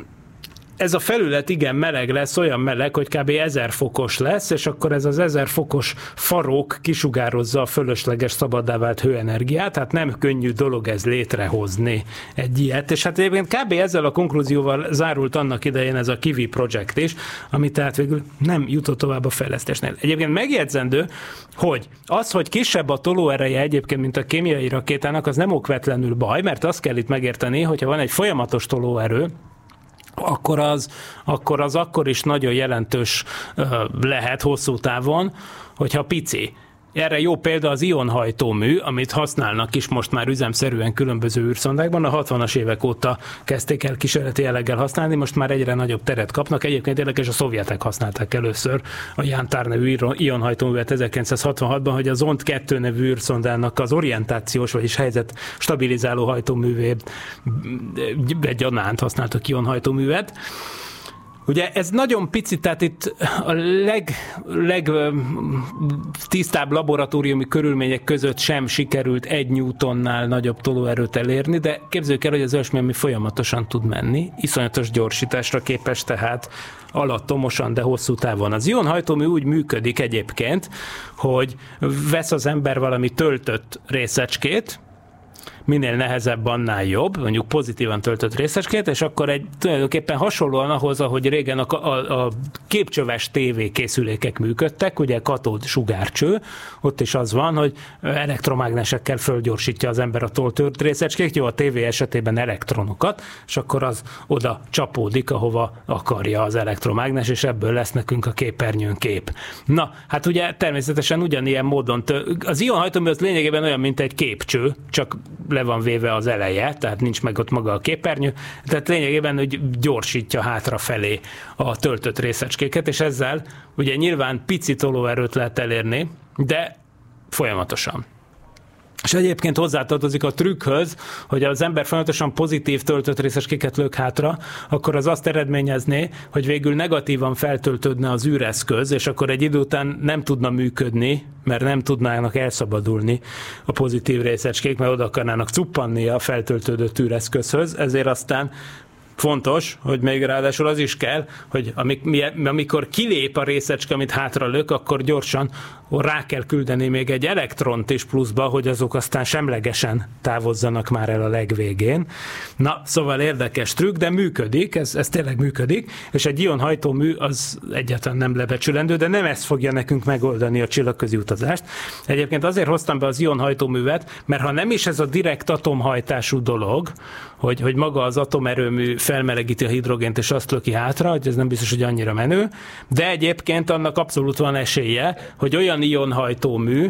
ez a felület igen meleg lesz, olyan meleg, hogy kb. ezer fokos lesz, és akkor ez az ezer fokos farok kisugározza a fölösleges szabaddá vált hőenergiát, tehát nem könnyű dolog ez létrehozni egy ilyet. És hát egyébként kb. Ezzel a konklúzióval zárult annak idején ez a Kiwi projekt is, ami tehát végül nem jutott tovább a fejlesztésnél. Egyébként megjegyzendő, hogy az, hogy kisebb a tolóereje egyébként, mint a kémiai rakétának, az nem okvetlenül baj, mert azt kell itt megérteni, hogyha van egy folyamatos tolóerő, akkor az, akkor az akkor is nagyon jelentős lehet hosszú távon, hogyha pici. Erre jó példa az ionhajtómű, amit használnak is most már üzemszerűen különböző űrszondákban. A hatvanas évek óta kezdték el kísérleti jelleggel használni, most már egyre nagyobb teret kapnak. Egyébként érdekes, a szovjetek használták először a Jántár nevű ionhajtóművet ezerkilencszázhatvanhatban, hogy a Zond kettő nevű űrszondának az orientációs, vagyis helyzet stabilizáló hajtóművét egyaránt használtak ionhajtóművet. Ugye ez nagyon pici, tehát itt a leg, leg tisztább laboratóriumi körülmények között sem sikerült egy newtonnál nagyobb tolóerőt elérni, de képzeljük el, hogy az olyasmi, ami folyamatosan tud menni, iszonyatos gyorsításra képes, tehát alattomosan, de hosszú távon. Az ionhajtómű úgy működik egyébként, hogy vesz az ember valami töltött részecskét, minél nehezebb, annál jobb, mondjuk pozitívan töltött részecskét, és akkor egy tulajdonképpen hasonlóan ahhoz, ahogy régen a, a, a képcsöves tévékészülékek működtek, ugye katód sugárcső, ott is az van, hogy elektromágnesekkel fölgyorsítja az ember a töltött részecskét, jó, a tévé esetében elektronokat, és akkor az oda csapódik, ahova akarja az elektromágnes, és ebből lesz nekünk a képernyőn kép. Na, hát ugye természetesen ugyanilyen módon, tő, az ionhajtómű az lényegében olyan, mint egy képcső, csak le van véve az eleje, tehát nincs meg ott maga a képernyő, tehát lényegében, hogy gyorsítja hátrafelé a töltött részecskéket, és ezzel ugye nyilván pici tolóerőt lehet elérni, de folyamatosan. És egyébként hozzátartozik a trükkhöz, hogy az ember folyamatosan pozitív töltött részecskéket lök hátra, akkor az azt eredményezné, hogy végül negatívan feltöltődne az űreszköz, és akkor egy idő után nem tudna működni, mert nem tudnának elszabadulni a pozitív részecskék, mert oda akarnának cuppanni a feltöltődött űreszközhöz, ezért aztán fontos, hogy még ráadásul az is kell, hogy amikor kilép a részecske, amit hátra lök, akkor gyorsan rá kell küldeni még egy elektront is pluszba, hogy azok aztán semlegesen távozzanak már el a legvégén. Na, szóval érdekes trükk, de működik, ez, ez tényleg működik, és egy ionhajtómű az egyáltalán nem lebecsülendő, de nem ez fogja nekünk megoldani a csillagközi utazást. Egyébként azért hoztam be az ionhajtóművet, mert ha nem is ez a direkt atomhajtású dolog, hogy, hogy maga az atomerőmű felmelegíti a hidrogént, és azt löki hátra, hogy ez nem biztos, hogy annyira menő, de egyébként annak abszolút van esélye, hogy olyan ionhajtómű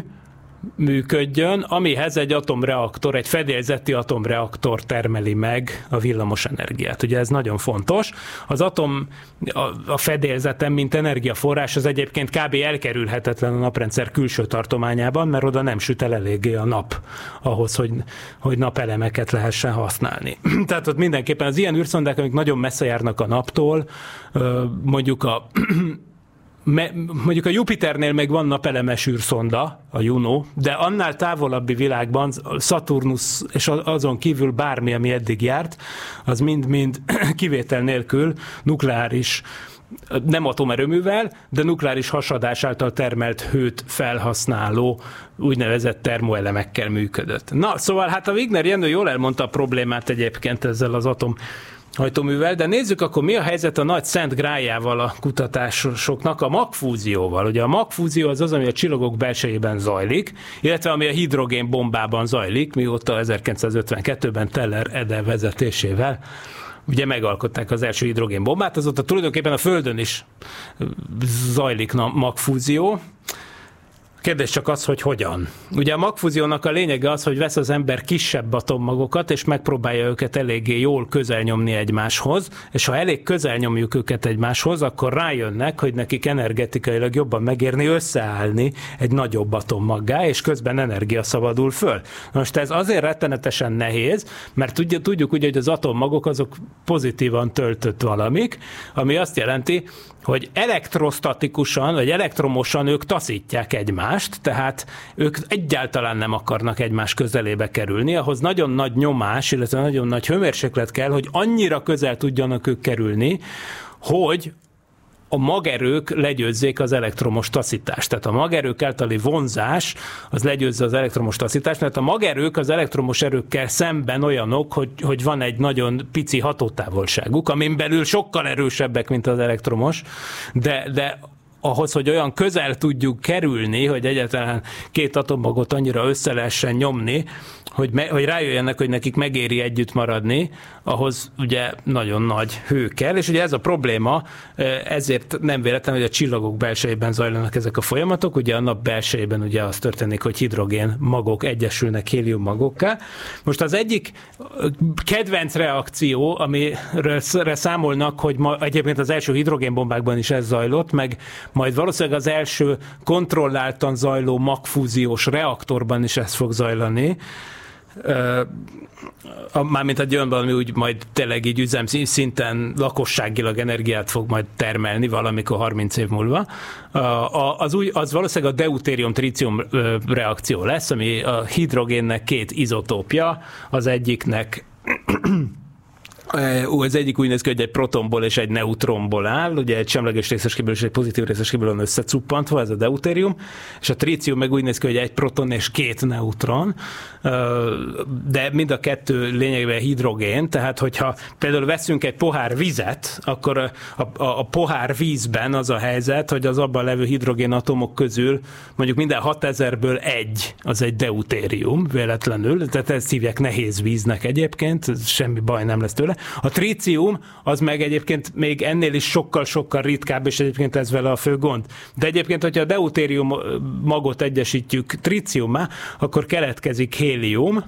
működjön, amihez egy atomreaktor, egy fedélzeti atomreaktor termeli meg a villamos energiát. Ugye ez nagyon fontos. Az atom a, a fedélzeten, mint energiaforrás, az egyébként kb. Elkerülhetetlen a naprendszer külső tartományában, mert oda nem süt el eléggé a nap ahhoz, hogy, hogy napelemeket lehessen használni. Tehát ott mindenképpen az ilyen űrszondák, amik nagyon messze járnak a naptól, mondjuk a mondjuk a Jupiternél még van napelemes űrszonda, a Juno, de annál távolabbi világban Saturnus és azon kívül bármi, ami eddig járt, az mind-mind kivétel nélkül nukleáris, nem atomerőművel, de nukleáris hasadás által termelt hőt felhasználó úgynevezett termoelemekkel működött. Na, szóval hát a Wigner Jenő jól elmondta a problémát egyébként ezzel az atom hajtóművel, de nézzük akkor, mi a helyzet a nagy szent gráljával a kutatásoknak, a magfúzióval. Ugye a magfúzió az az, ami a csillagok belsejében zajlik, illetve ami a hidrogénbombában zajlik, mióta ezerkilencszázötvenkettőben Teller-Ede vezetésével ugye megalkották az első hidrogénbombát, azóta tulajdonképpen a Földön is zajlik a magfúzió. Kérdés csak az, hogy hogyan. Ugye a magfúziónak a lényege az, hogy vesz az ember kisebb atommagokat, és megpróbálja őket eléggé jól közel nyomni egymáshoz, és ha elég közel nyomjuk őket egymáshoz, akkor rájönnek, hogy nekik energetikailag jobban megérni összeállni egy nagyobb atommaggá, és közben energia szabadul föl. Most ez azért rettenetesen nehéz, mert tudjuk, tudjuk ugye, hogy az atommagok azok pozitívan töltött valamik, ami azt jelenti, hogy elektrostatikusan, vagy elektromosan ők taszítják egymást, tehát ők egyáltalán nem akarnak egymás közelébe kerülni, ahhoz nagyon nagy nyomás, illetve nagyon nagy hőmérséklet kell, hogy annyira közel tudjanak ők kerülni, hogy a magerők legyőzzék az elektromos taszítást. Tehát a magerők általi vonzás az legyőzze az elektromos taszítást, mert a magerők az elektromos erőkkel szemben olyanok, hogy, hogy van egy nagyon pici hatótávolságuk, amin belül sokkal erősebbek, mint az elektromos, de, de ahhoz, hogy olyan közel tudjuk kerülni, hogy egyáltalán két atommagot annyira össze lehessen nyomni, hogy, me, hogy rájöjjenek, hogy nekik megéri együtt maradni, ahhoz ugye nagyon nagy hő kell, és ugye ez a probléma, ezért nem véletlen, hogy a csillagok belsejében zajlanak ezek a folyamatok, ugye a nap belsejében ugye az történik, hogy hidrogén magok egyesülnek hélium magokká. Most az egyik kedvenc reakció, amire számolnak, hogy ma, egyébként az első hidrogénbombákban is ez zajlott, meg majd valószínűleg az első kontrolláltan zajló magfúziós reaktorban is ez fog zajlani, mármint egy olyanban, ami úgy majd tényleg így üzem szinten lakosságilag energiát fog majd termelni valamikor harminc év múlva. Az, úgy, az valószínűleg a deutérium-trícium reakció lesz, ami a hidrogénnek két izotópja, az egyiknek az egyik úgy néz ki, hogy egy protonból és egy neutronból áll, ugye egy semleges részecskéből és egy pozitív részecskéből van összecuppantva, ez a deutérium, és a trícium meg úgy néz ki, hogy egy proton és két neutron, de mind a kettő lényegében hidrogén, tehát hogyha például veszünk egy pohár vizet, akkor a, a, a pohár vízben az a helyzet, hogy az abban levő hidrogénatomok közül mondjuk minden hatezerből egy, az egy deutérium véletlenül, tehát ezt hívják nehéz víznek egyébként, semmi baj nem lesz tőle. A trícium az meg egyébként még ennél is sokkal-sokkal ritkább, és egyébként ez vele a fő gond. De egyébként, hogyha a deutérium magot egyesítjük tríciummá, akkor keletkezik hélium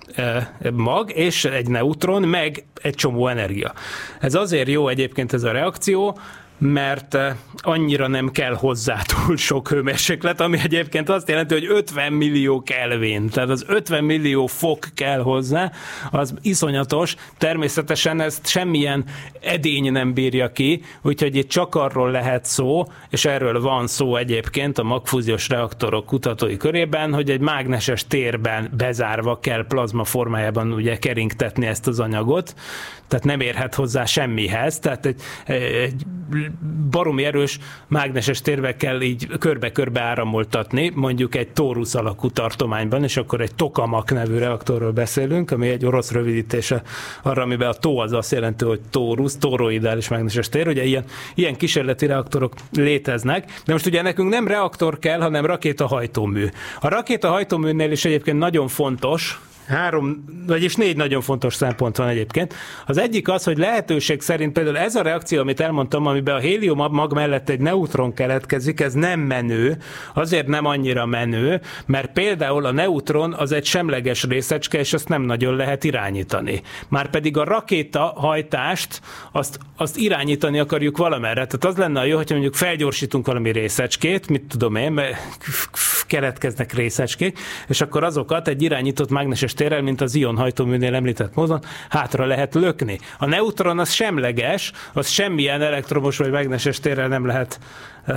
mag, és egy neutron, meg egy csomó energia. Ez azért jó egyébként ez a reakció, mert annyira nem kell hozzá túl sok hőmérséklet, ami egyébként azt jelenti, hogy ötven millió Kelvin, tehát az ötven millió fok kell hozzá, az iszonyatos, természetesen ezt semmilyen edény nem bírja ki, úgyhogy itt csak arról lehet szó, és erről van szó egyébként a magfúziós reaktorok kutatói körében, hogy egy mágneses térben bezárva kell plazma formájában ugye keringtetni ezt az anyagot, tehát nem érhet hozzá semmihez, tehát egy, egy baromi erős mágneses térbe kell így körbe-körbe áramoltatni, mondjuk egy tórusz alakú tartományban, és akkor egy tokamak nevű reaktorról beszélünk, ami egy orosz rövidítése arra, amiben a tó az azt jelenti, hogy tórusz, toroidális mágneses tér, ugye ilyen, ilyen kísérleti reaktorok léteznek, de most ugye nekünk nem reaktor kell, hanem rakétahajtómű. A rakétahajtóműnél is egyébként nagyon fontos, Három, vagyis négy nagyon fontos szempont van egyébként. Az egyik az, hogy lehetőség szerint például ez a reakció, amit elmondtam, amiben a hélium mag mellett egy neutron keletkezik, ez nem menő, azért nem annyira menő, mert például a neutron az egy semleges részecske, és azt nem nagyon lehet irányítani. Márpedig a rakétahajtást azt, azt irányítani akarjuk valamerre. Tehát az lenne a jó, hogyha mondjuk felgyorsítunk valami részecskét, mit tudom én, mert keletkeznek részecskék, és akkor azokat egy irányított mágneses térrel, mint az ionhajtóműnél említett módon, hátra lehet lökni. A neutron az semleges, az semmilyen elektromos vagy mágneses térrel nem lehet uh,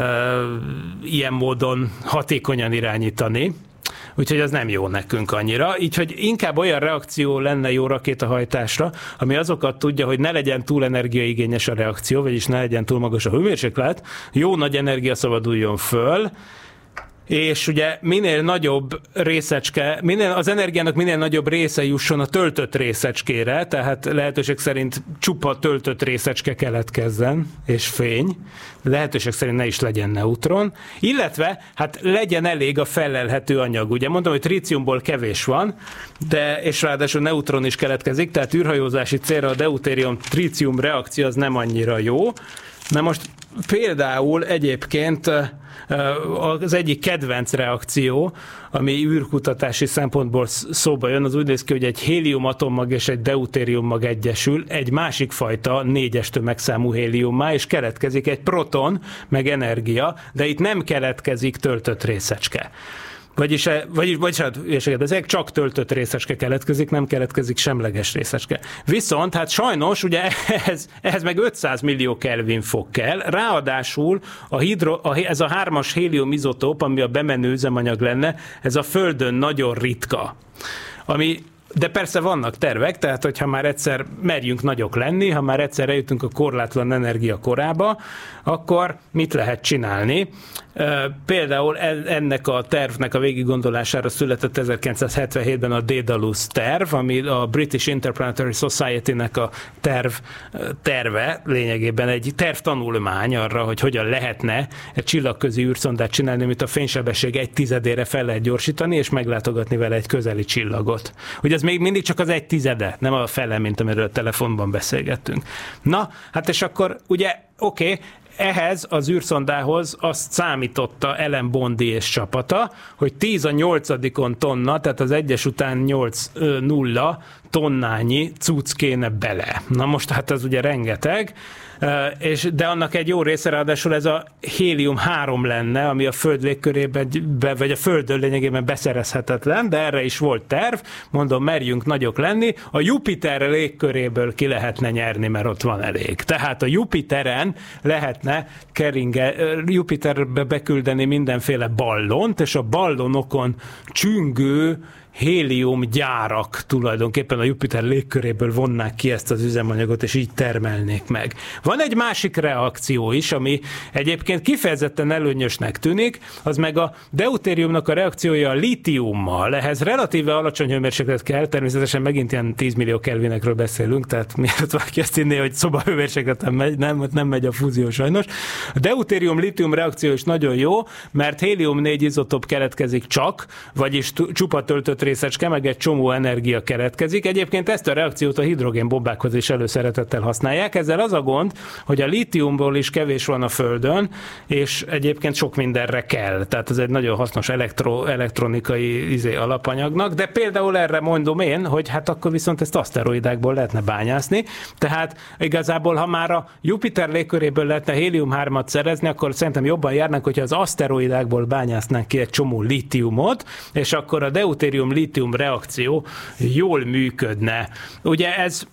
ilyen módon hatékonyan irányítani. Úgyhogy az nem jó nekünk annyira. Így, hogy inkább olyan reakció lenne jó rakétahajtásra, ami azokat tudja, hogy ne legyen túl energiaigényes a reakció, vagyis ne legyen túl magas a hőmérséklet, jó nagy energia szabaduljon föl, és ugye minél nagyobb részecske, minél, az energiának minél nagyobb része jusson a töltött részecskére, tehát lehetőség szerint csupa töltött részecske keletkezzen, és fény, lehetőség szerint ne is legyen neutron, illetve hát legyen elég a felelhető anyag. Ugye mondom, hogy tríciumból kevés van, de és ráadásul neutron is keletkezik, tehát űrhajózási célra a deutérium-trícium reakció az nem annyira jó. Na most például egyébként az egyik kedvenc reakció, ami űrkutatási szempontból szóba jön, az úgy néz ki, hogy egy hélium atommag és egy deutérium mag egyesül egy másik fajta négyes tömegszámú héliummá, és keletkezik egy proton, meg energia, de itt nem keletkezik töltött részecske. Vagyis, vagyis, vagyis ezek csak töltött részecske keletkezik, nem keletkezik semleges részecske. Viszont hát sajnos ugye ehhez, ehhez meg ötszáz millió Kelvin fok kell, ráadásul a hidro, a, ez a hármas hélium izotóp, ami a bemenő üzemanyag lenne, ez a Földön nagyon ritka. Ami De persze vannak tervek, tehát hogyha már egyszer merjünk nagyok lenni, ha már egyszer eljutunk a korlátlan energia korába, akkor mit lehet csinálni? Például ennek a tervnek a végiggondolására született ezerkilencszázhetvenhétben a Daedalus terv, ami a British Interplanetary Society-nek a terv, terve, lényegében egy tervtanulmány arra, hogy hogyan lehetne egy csillagközi űrszondát csinálni, amit a fénysebesség egy tizedére fel lehet gyorsítani, és meglátogatni vele egy közeli csillagot. Ugye ez még mindig csak az egy tizede, nem a fele, mint amiről a telefonban beszélgettünk. Na, hát és akkor ugye, oké, okay, ehhez az űrszondához azt számította Ellen Bondi és csapata, hogy tíz a nyolcadikon tonna, tehát az egyes után nyolc nulla tonnányi cucc kéne bele. Na most hát ez ugye rengeteg, és, de annak egy jó része, ráadásul ez a hélium három lenne, ami a Föld légkörében, vagy a Földön lényegében beszerezhetetlen, de erre is volt terv, mondom, merjünk nagyok lenni, a Jupiter légköréből ki lehetne nyerni, mert ott van elég. Tehát a Jupiteren lehetne keringe, Jupiterbe beküldeni mindenféle ballont, és a ballonokon csüngő hélium gyárak tulajdonképpen a Jupiter légköréből vonnák ki ezt az üzemanyagot, és így termelnék meg. Van egy másik reakció is, ami egyébként kifejezetten előnyösnek tűnik, az meg a deutériumnak a reakciója a lítiummal. Ehhez relatíve alacsony hőmérséklet kell, természetesen megint ilyen tíz millió kelvinekről beszélünk, tehát miért valaki azt hinné, hogy szobahőmérsékleten megy, nem, nem megy a fúzió sajnos. A deutérium-lítium reakció is nagyon jó, mert hélium négy izotóp keletkezik csak, vagyis csupa töltött részecske, meg egy csomó energia keletkezik. Egyébként ezt a reakciót a hidrogénbombákhoz is előszeretettel használják. Ezzel az a gond, hogy a lítiumból is kevés van a Földön, és egyébként sok mindenre kell. Tehát ez egy nagyon hasznos elektro, elektronikai izé alapanyagnak, de például erre mondom én, hogy hát akkor viszont ezt aszteroidákból lehetne bányászni. Tehát igazából, ha már a Jupiter légköréből lehetne hélium hármat szerezni, akkor szerintem jobban járnánk, hogyha az aszteroidákból bányásznánk ki egy csomó lítiumot, és akkor a deutérium-lítium reakció jól működne. Ugye ez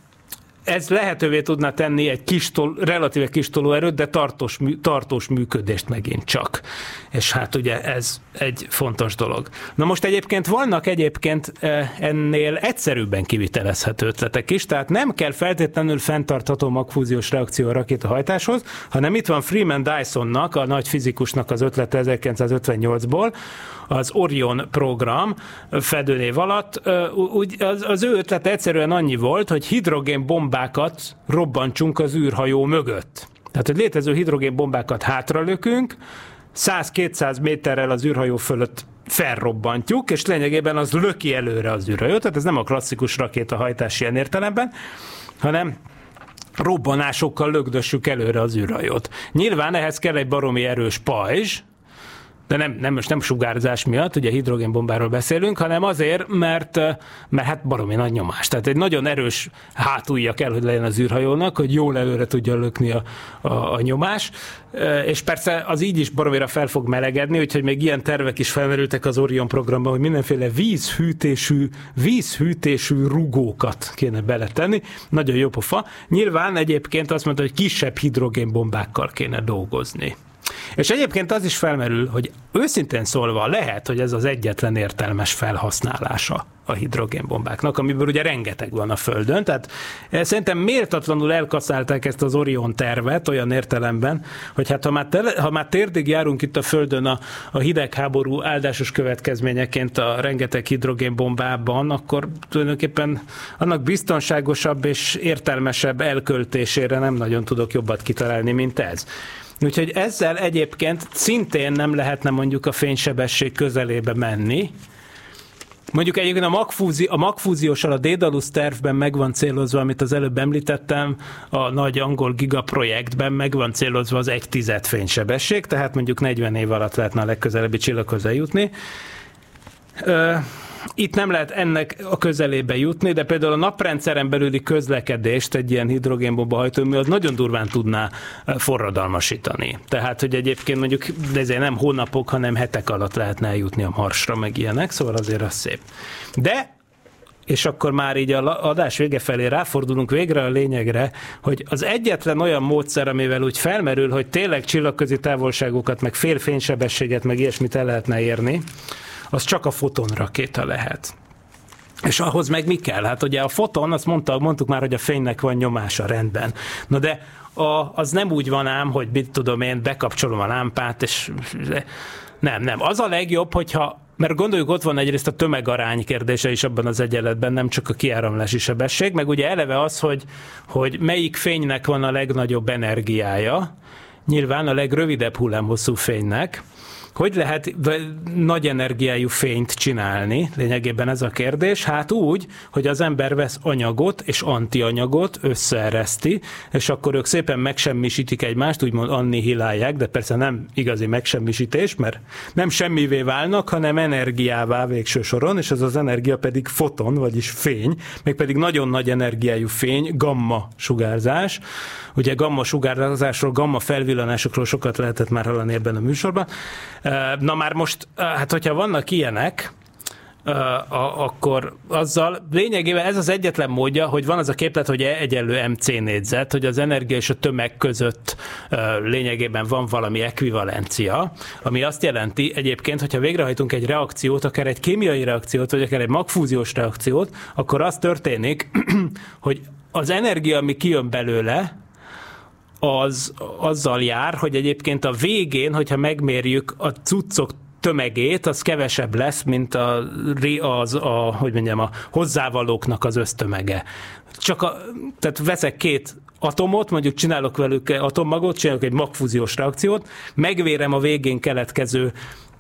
Ez lehetővé tudna tenni egy kis tol, relatíve kis tolóerőt, de tartós, tartós működést megint csak. És hát ugye ez egy fontos dolog. Na most egyébként vannak egyébként ennél egyszerűbben kivitelezhető ötletek is, tehát nem kell feltétlenül fenntartható magfúziós reakció a rakétahajtáshoz, hanem itt van Freeman Dysonnak, a nagy fizikusnak az ötlete ezerkilencszázötvennyolcból, az Orion program fedőnév alatt. Az, az ő ötlete egyszerűen annyi volt, hogy hidrogénbombákat robbantsunk az űrhajó mögött. Tehát, hogy létező hidrogénbombákat hátralökünk, száz-kétszáz méterrel az űrhajó fölött felrobbantjuk, és lényegében az löki előre az űrhajót, tehát ez nem a klasszikus rakétahajtás ilyen értelemben, hanem robbanásokkal lögdössük előre az űrhajót. Nyilván ehhez kell egy baromi erős pajzs, de nem, nem, most nem sugárzás miatt, ugye hidrogénbombáról beszélünk, hanem azért, mert, mert hát baromi nagy nyomás. Tehát egy nagyon erős hátulja kell, hogy legyen az űrhajónak, hogy jól előre tudja lökni a, a, a nyomás, és persze az így is baromira fel fog melegedni, úgyhogy még ilyen tervek is felmerültek az Orion programban, hogy mindenféle vízhűtésű, vízhűtésű rugókat kéne beletenni. Nagyon jó pofa. Nyilván egyébként azt mondta, hogy kisebb hidrogénbombákkal kéne dolgozni. És egyébként az is felmerül, hogy őszintén szólva lehet, hogy ez az egyetlen értelmes felhasználása a hidrogénbombáknak, amiből ugye rengeteg van a Földön, tehát szerintem méltatlanul elkaszálták ezt az Orion tervet olyan értelemben, hogy hát ha már, tele, ha már térdig járunk itt a Földön a, a hidegháború áldásos következményeként a rengeteg hidrogénbombában, akkor tulajdonképpen annak biztonságosabb és értelmesebb elköltésére nem nagyon tudok jobbat kitalálni, mint ez. Úgyhogy ezzel egyébként szintén nem lehetne mondjuk a fénysebesség közelébe menni, Mondjuk egyébként a, magfúzi, a magfúzióssal a Daedalus tervben meg van célozva, amit az előbb említettem, a nagy angol gigaprojektben meg van célozva az egy tized fénysebesség, tehát mondjuk negyven év alatt lehetne a legközelebbi csillaghoz eljutni. Itt nem lehet ennek a közelébe jutni, de például a naprendszeren belüli közlekedést egy ilyen hidrogénbomba hajtómű az nagyon durván tudná forradalmasítani. Tehát, hogy egyébként mondjuk de ezért nem hónapok, hanem hetek alatt lehetne eljutni a Marsra, meg ilyenek, szóval azért az szép. De, és akkor már így a adás vége felé ráfordulunk végre a lényegre, hogy az egyetlen olyan módszer, amivel úgy felmerül, hogy tényleg csillagközi távolságokat, meg fél fénysebességet, meg ilyesmit el lehetne érni, az csak a fotonrakéta lehet. És ahhoz meg mi kell? Hát ugye a foton, azt mondta, mondtuk már, hogy a fénynek van nyomása, rendben. Na de a, az nem úgy van ám, hogy mit tudom én, bekapcsolom a lámpát, és nem, nem. Az a legjobb, hogyha, mert gondoljuk, ott van egyrészt a tömegarány kérdése is abban az egyenletben, nem csak a kiáramlási sebesség, meg ugye eleve az, hogy, hogy melyik fénynek van a legnagyobb energiája, nyilván a legrövidebb hullámhosszú fénynek. Hogy lehet nagy energiájú fényt csinálni? Lényegében ez a kérdés. Hát úgy, hogy az ember vesz anyagot és antianyagot, összeereszti, és akkor ők szépen megsemmisítik egymást, úgymond annihilálják, de persze nem igazi megsemmisítés, mert nem semmivé válnak, hanem energiává végső soron, és ez az energia pedig foton, vagyis fény, mégpedig nagyon nagy energiájú fény, gamma sugárzás. Ugye gamma sugárzásról, gamma felvillanásokról sokat lehetett már hallani ebben a műsorban. Na már most, hát hogyha vannak ilyenek, akkor azzal lényegében ez az egyetlen módja, hogy van az a képlet, hogy E egyenlő mc négyzet, hogy az energia és a tömeg között lényegében van valami ekvivalencia, ami azt jelenti egyébként, hogyha végrehajtunk egy reakciót, akár egy kémiai reakciót, vagy akár egy magfúziós reakciót, akkor az történik, hogy az energia, ami kijön belőle, az azzal jár, hogy egyébként a végén, hogyha megmérjük a cuccok tömegét, az kevesebb lesz, mint a, az, a, hogy mondjam, a hozzávalóknak az össztömege. Csak a, tehát veszek két atomot, mondjuk csinálok velük atommagot, csinálok egy magfúziós reakciót, megvérem a végén keletkező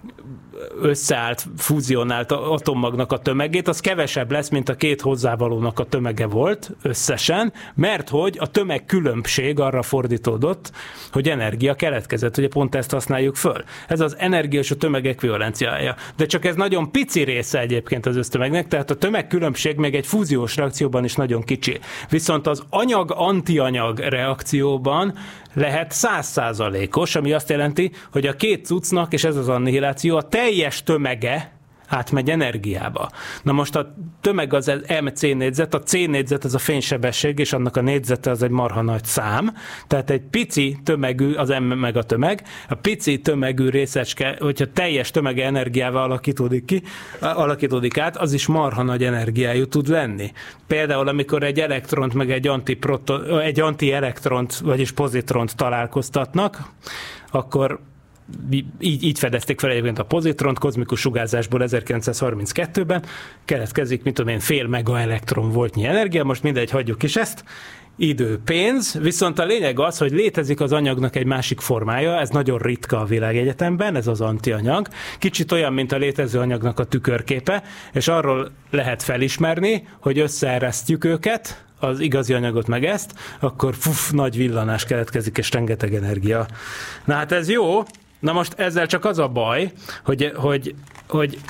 összeállt, fúzionált atommagnak a tömegét, az kevesebb lesz, mint a két hozzávalónak a tömege volt összesen, mert hogy a tömegkülönbség arra fordítódott, hogy energia keletkezett, ugye pont ezt használjuk föl. Ez az energia és a tömeg ekvivalenciája. De csak ez nagyon pici része egyébként az össztömegnek, tehát a tömegkülönbség még egy fúziós reakcióban is nagyon kicsi. Viszont az anyag-antianyag reakcióban lehet száz százalékos, ami azt jelenti, hogy a két cuccnak, és ez az annihiláció, a teljes tömege átmegy energiába. Na most a tömeg az mc négyzet, a c négyzet az a fénysebesség, és annak a négyzete az egy marha nagy szám, tehát egy pici tömegű, az m meg a tömeg, a pici tömegű részecske, hogyha teljes tömege energiával alakítódik ki, alakítódik át, az is marha nagy energiájú tud lenni. Például, amikor egy elektront meg egy antiproton, egy antielektront, vagyis pozitront találkoztatnak, akkor Így, így fedezték fel egyébként a pozitront kozmikus sugárzásból ezerkilencszázharminckettőben, keletkezik, mit tudom én, fél megaelektron voltnyi energia, most mindegy, hagyjuk is ezt, idő, pénz, viszont a lényeg az, hogy létezik az anyagnak egy másik formája, ez nagyon ritka a világegyetemben, ez az antianyag, kicsit olyan, mint a létező anyagnak a tükörképe, és arról lehet felismerni, hogy összeeresztjük őket, az igazi anyagot meg ezt, akkor fuf, nagy villanás keletkezik, és rengeteg energia. Na hát ez jó. Na most ezzel csak az a baj, hogy, hogy, hogy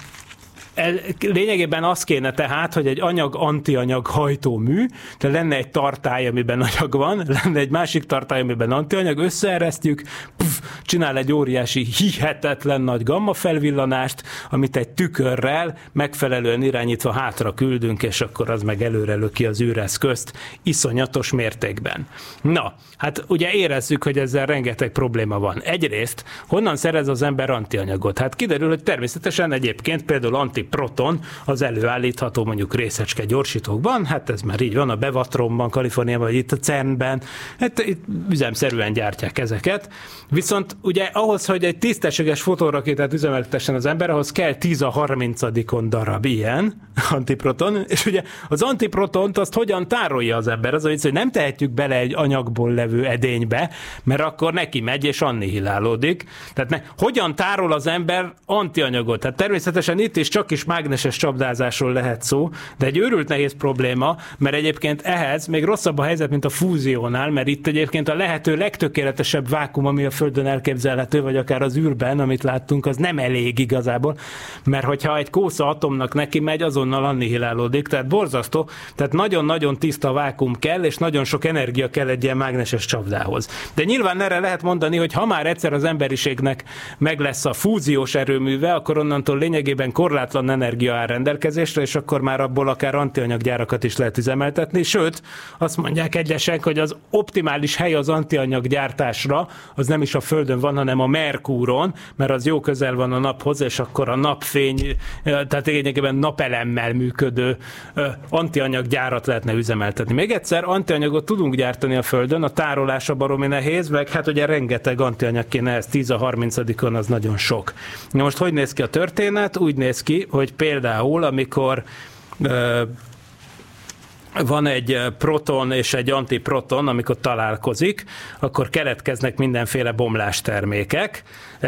lényegében az kéne tehát, hogy egy anyag-antianyag hajtómű, tehát lenne egy tartály, amiben anyag van, lenne egy másik tartály, amiben antianyag, összeeresztjük, puf, csinál egy óriási, hihetetlen nagy gamma felvillanást, amit egy tükörrel megfelelően irányítva hátra küldünk, és akkor az meg előre löki az űreszközt iszonyatos mértékben. Na, hát ugye érezzük, hogy ezzel rengeteg probléma van. Egyrészt, honnan szerez az ember antianyagot? Hát kiderül, hogy természetesen egyébként például antiproton az előállítható mondjuk részecske gyorsítókban, hát ez már így van a Bevatronban, Kaliforniában, vagy itt a cernben, hát itt üzemszerűen gyártják ezeket. Viszont ugye ahhoz, hogy egy tisztességes fotonrakétát üzemeltessen az ember, ahhoz kell tíz a harmincadikon darab ilyen antiproton, és ugye az antiprotont azt hogyan tárolja az ember? Az, hogy nem tehetjük bele egy anyagból levő edénybe, mert akkor neki megy és annihilálódik. Tehát ne, hogyan tárol az ember antianyagot? Tehát természetesen itt is csak is kis mágneses csapdázásról lehet szó, de egy őrült nehéz probléma, mert egyébként ehhez még rosszabb a helyzet, mint a fúziónál, mert itt egyébként a lehető legtökéletesebb vákum, ami a Földön elképzelhető, vagy akár az űrben, amit láttunk, az nem elég igazából, mert hogyha egy kósza atomnak neki megy, azonnal annihilálódik, tehát borzasztó, tehát nagyon-nagyon tiszta vákum kell, és nagyon sok energia kell egy ilyen mágneses csapdához. De nyilván erre lehet mondani, hogy ha már egyszer az emberiségnek meg lesz a fúziós erőműve, akkor onnantól lényegében korlátlan energia áll rendelkezésre, és akkor már abból akár antianyaggyárakat is lehet üzemeltetni, sőt, azt mondják egyesek, hogy az optimális hely az antianyaggyártásra, az nem is a Földön van, hanem a Merkúron, mert az jó közel van a naphoz, és akkor a napfény, tehát lényegében napelemmel működő antianyaggyárat lehetne üzemeltetni. Még egyszer, antianyagot tudunk gyártani a Földön, a tárolása baromi nehéz, meg hát ugye rengeteg antianyag kéne, ez tíz a harmincadikon az nagyon sok. Na most hogy néz ki a történet? Úgy néz ki, hogy például amikor ö, van egy proton és egy antiproton, amikor találkozik, akkor keletkeznek mindenféle bomlástermékek,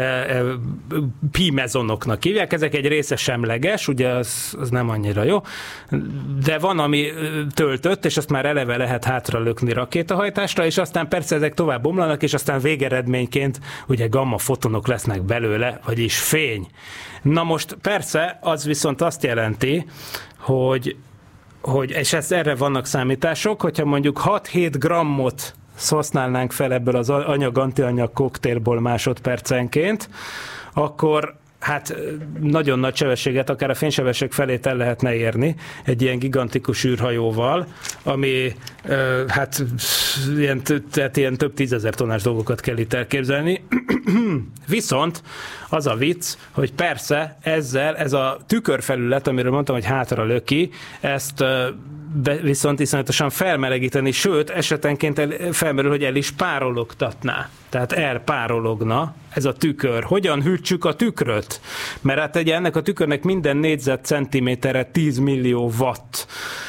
pi-mezonoknak hívják, ezek egy része semleges, ugye az, az nem annyira jó, de van, ami töltött, és azt már eleve lehet hátralökni rakétahajtásra, és aztán persze ezek tovább bomlanak, és aztán végeredményként ugye gamma fotonok lesznek belőle, vagyis fény. Na most persze az viszont azt jelenti, hogy hogy, és ez, erre vannak számítások, hogyha mondjuk hat-hét grammot használnánk fel ebből az anyag-antianyag koktélból másodpercenként, akkor hát nagyon nagy sebességet, akár a fénysebesség felét el lehetne érni egy ilyen gigantikus űrhajóval, ami hát ilyen, tehát ilyen több tízezer tonnás dolgokat kell itt elképzelni. Viszont az a vicc, hogy persze ezzel, ez a tükörfelület, amiről mondtam, hogy hátra löki, ezt be, viszont iszonyatosan felmelegíteni, sőt, esetenként el, felmerül, hogy el is párologtatná. Tehát elpárologna ez a tükör. Hogyan hűtsük a tükröt? Mert hát ugye ennek a tükörnek minden négyzetcentiméterre tíz millió watt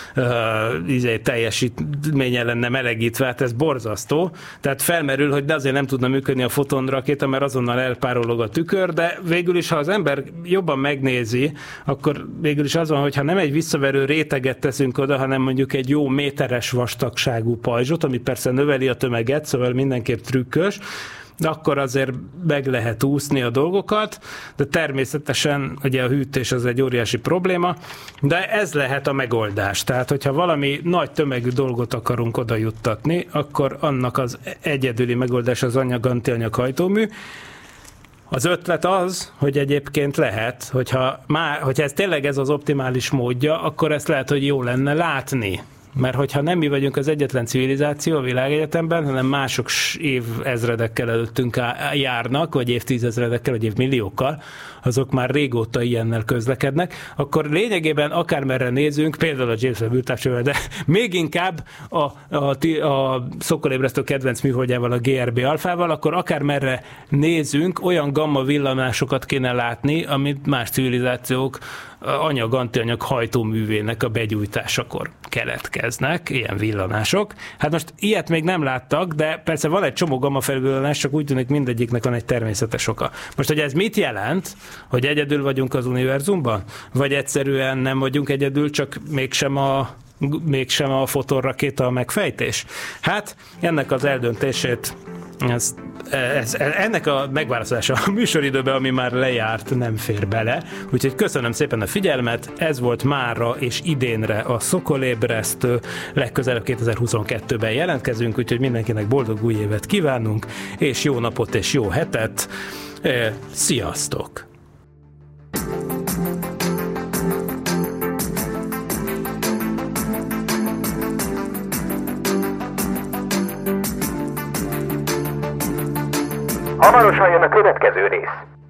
uh, teljesítménye lenne melegítve, hát ez borzasztó. Tehát felmerül, hogy de azért nem tudna működni a fotonrakéta, mert azonnal elpárolog a tükör, de végül is, ha az ember jobban megnézi, akkor végül is az van, hogy ha nem egy visszaverő réteget teszünk oda, hanem mondjuk egy jó méteres vastagságú pajzsot, ami persze növeli a tömeget, szóval mindenképp trükkös, de akkor azért meg lehet úszni a dolgokat, de természetesen ugye a hűtés az egy óriási probléma, de ez lehet a megoldás. Tehát, hogyha valami nagy tömegű dolgot akarunk oda juttatni, akkor annak az egyedüli megoldás az anyag-antianyag hajtómű. Az ötlet az, hogy egyébként lehet, hogyha, már, hogyha ez tényleg ez az optimális módja, akkor ezt lehet, hogy jó lenne látni. Mert hogyha nem mi vagyunk az egyetlen civilizáció a világegyetemben, hanem mások évezredekkel előttünk járnak, vagy évtizedekkel, vagy évmilliókkal, azok már régóta ilyennel közlekednek, akkor lényegében akármerre nézünk, például a James Webb űrtávcsővel, de még inkább a, a, a szokolébresztő kedvenc műholdjával, a gé er bé alfával, akkor akármerre nézünk, olyan gamma villanásokat kéne látni, amit más civilizációk anyag-antianyag hajtóművének a begyújtásakor keletkeznek, ilyen villanások. Hát most ilyet még nem láttak, de persze van egy csomó gamma felvillanás, csak úgy tűnik mindegyiknek van egy természetes oka. Most, hogy ez mit jelent, hogy egyedül vagyunk az univerzumban? Vagy egyszerűen nem vagyunk egyedül, csak mégsem a, mégsem a fotonrakéta a megfejtés? Hát ennek az eldöntését Ez, ez, ennek a megválaszolása a műsoridőben, ami már lejárt, nem fér bele. Úgyhogy köszönöm szépen a figyelmet, ez volt mára és idénre a Szokolébresztő. Legközelebb kétezer-huszonkettőben jelentkezünk, úgyhogy mindenkinek boldog új évet kívánunk, és jó napot és jó hetet. Sziasztok! Hamarosan jön a következő rész.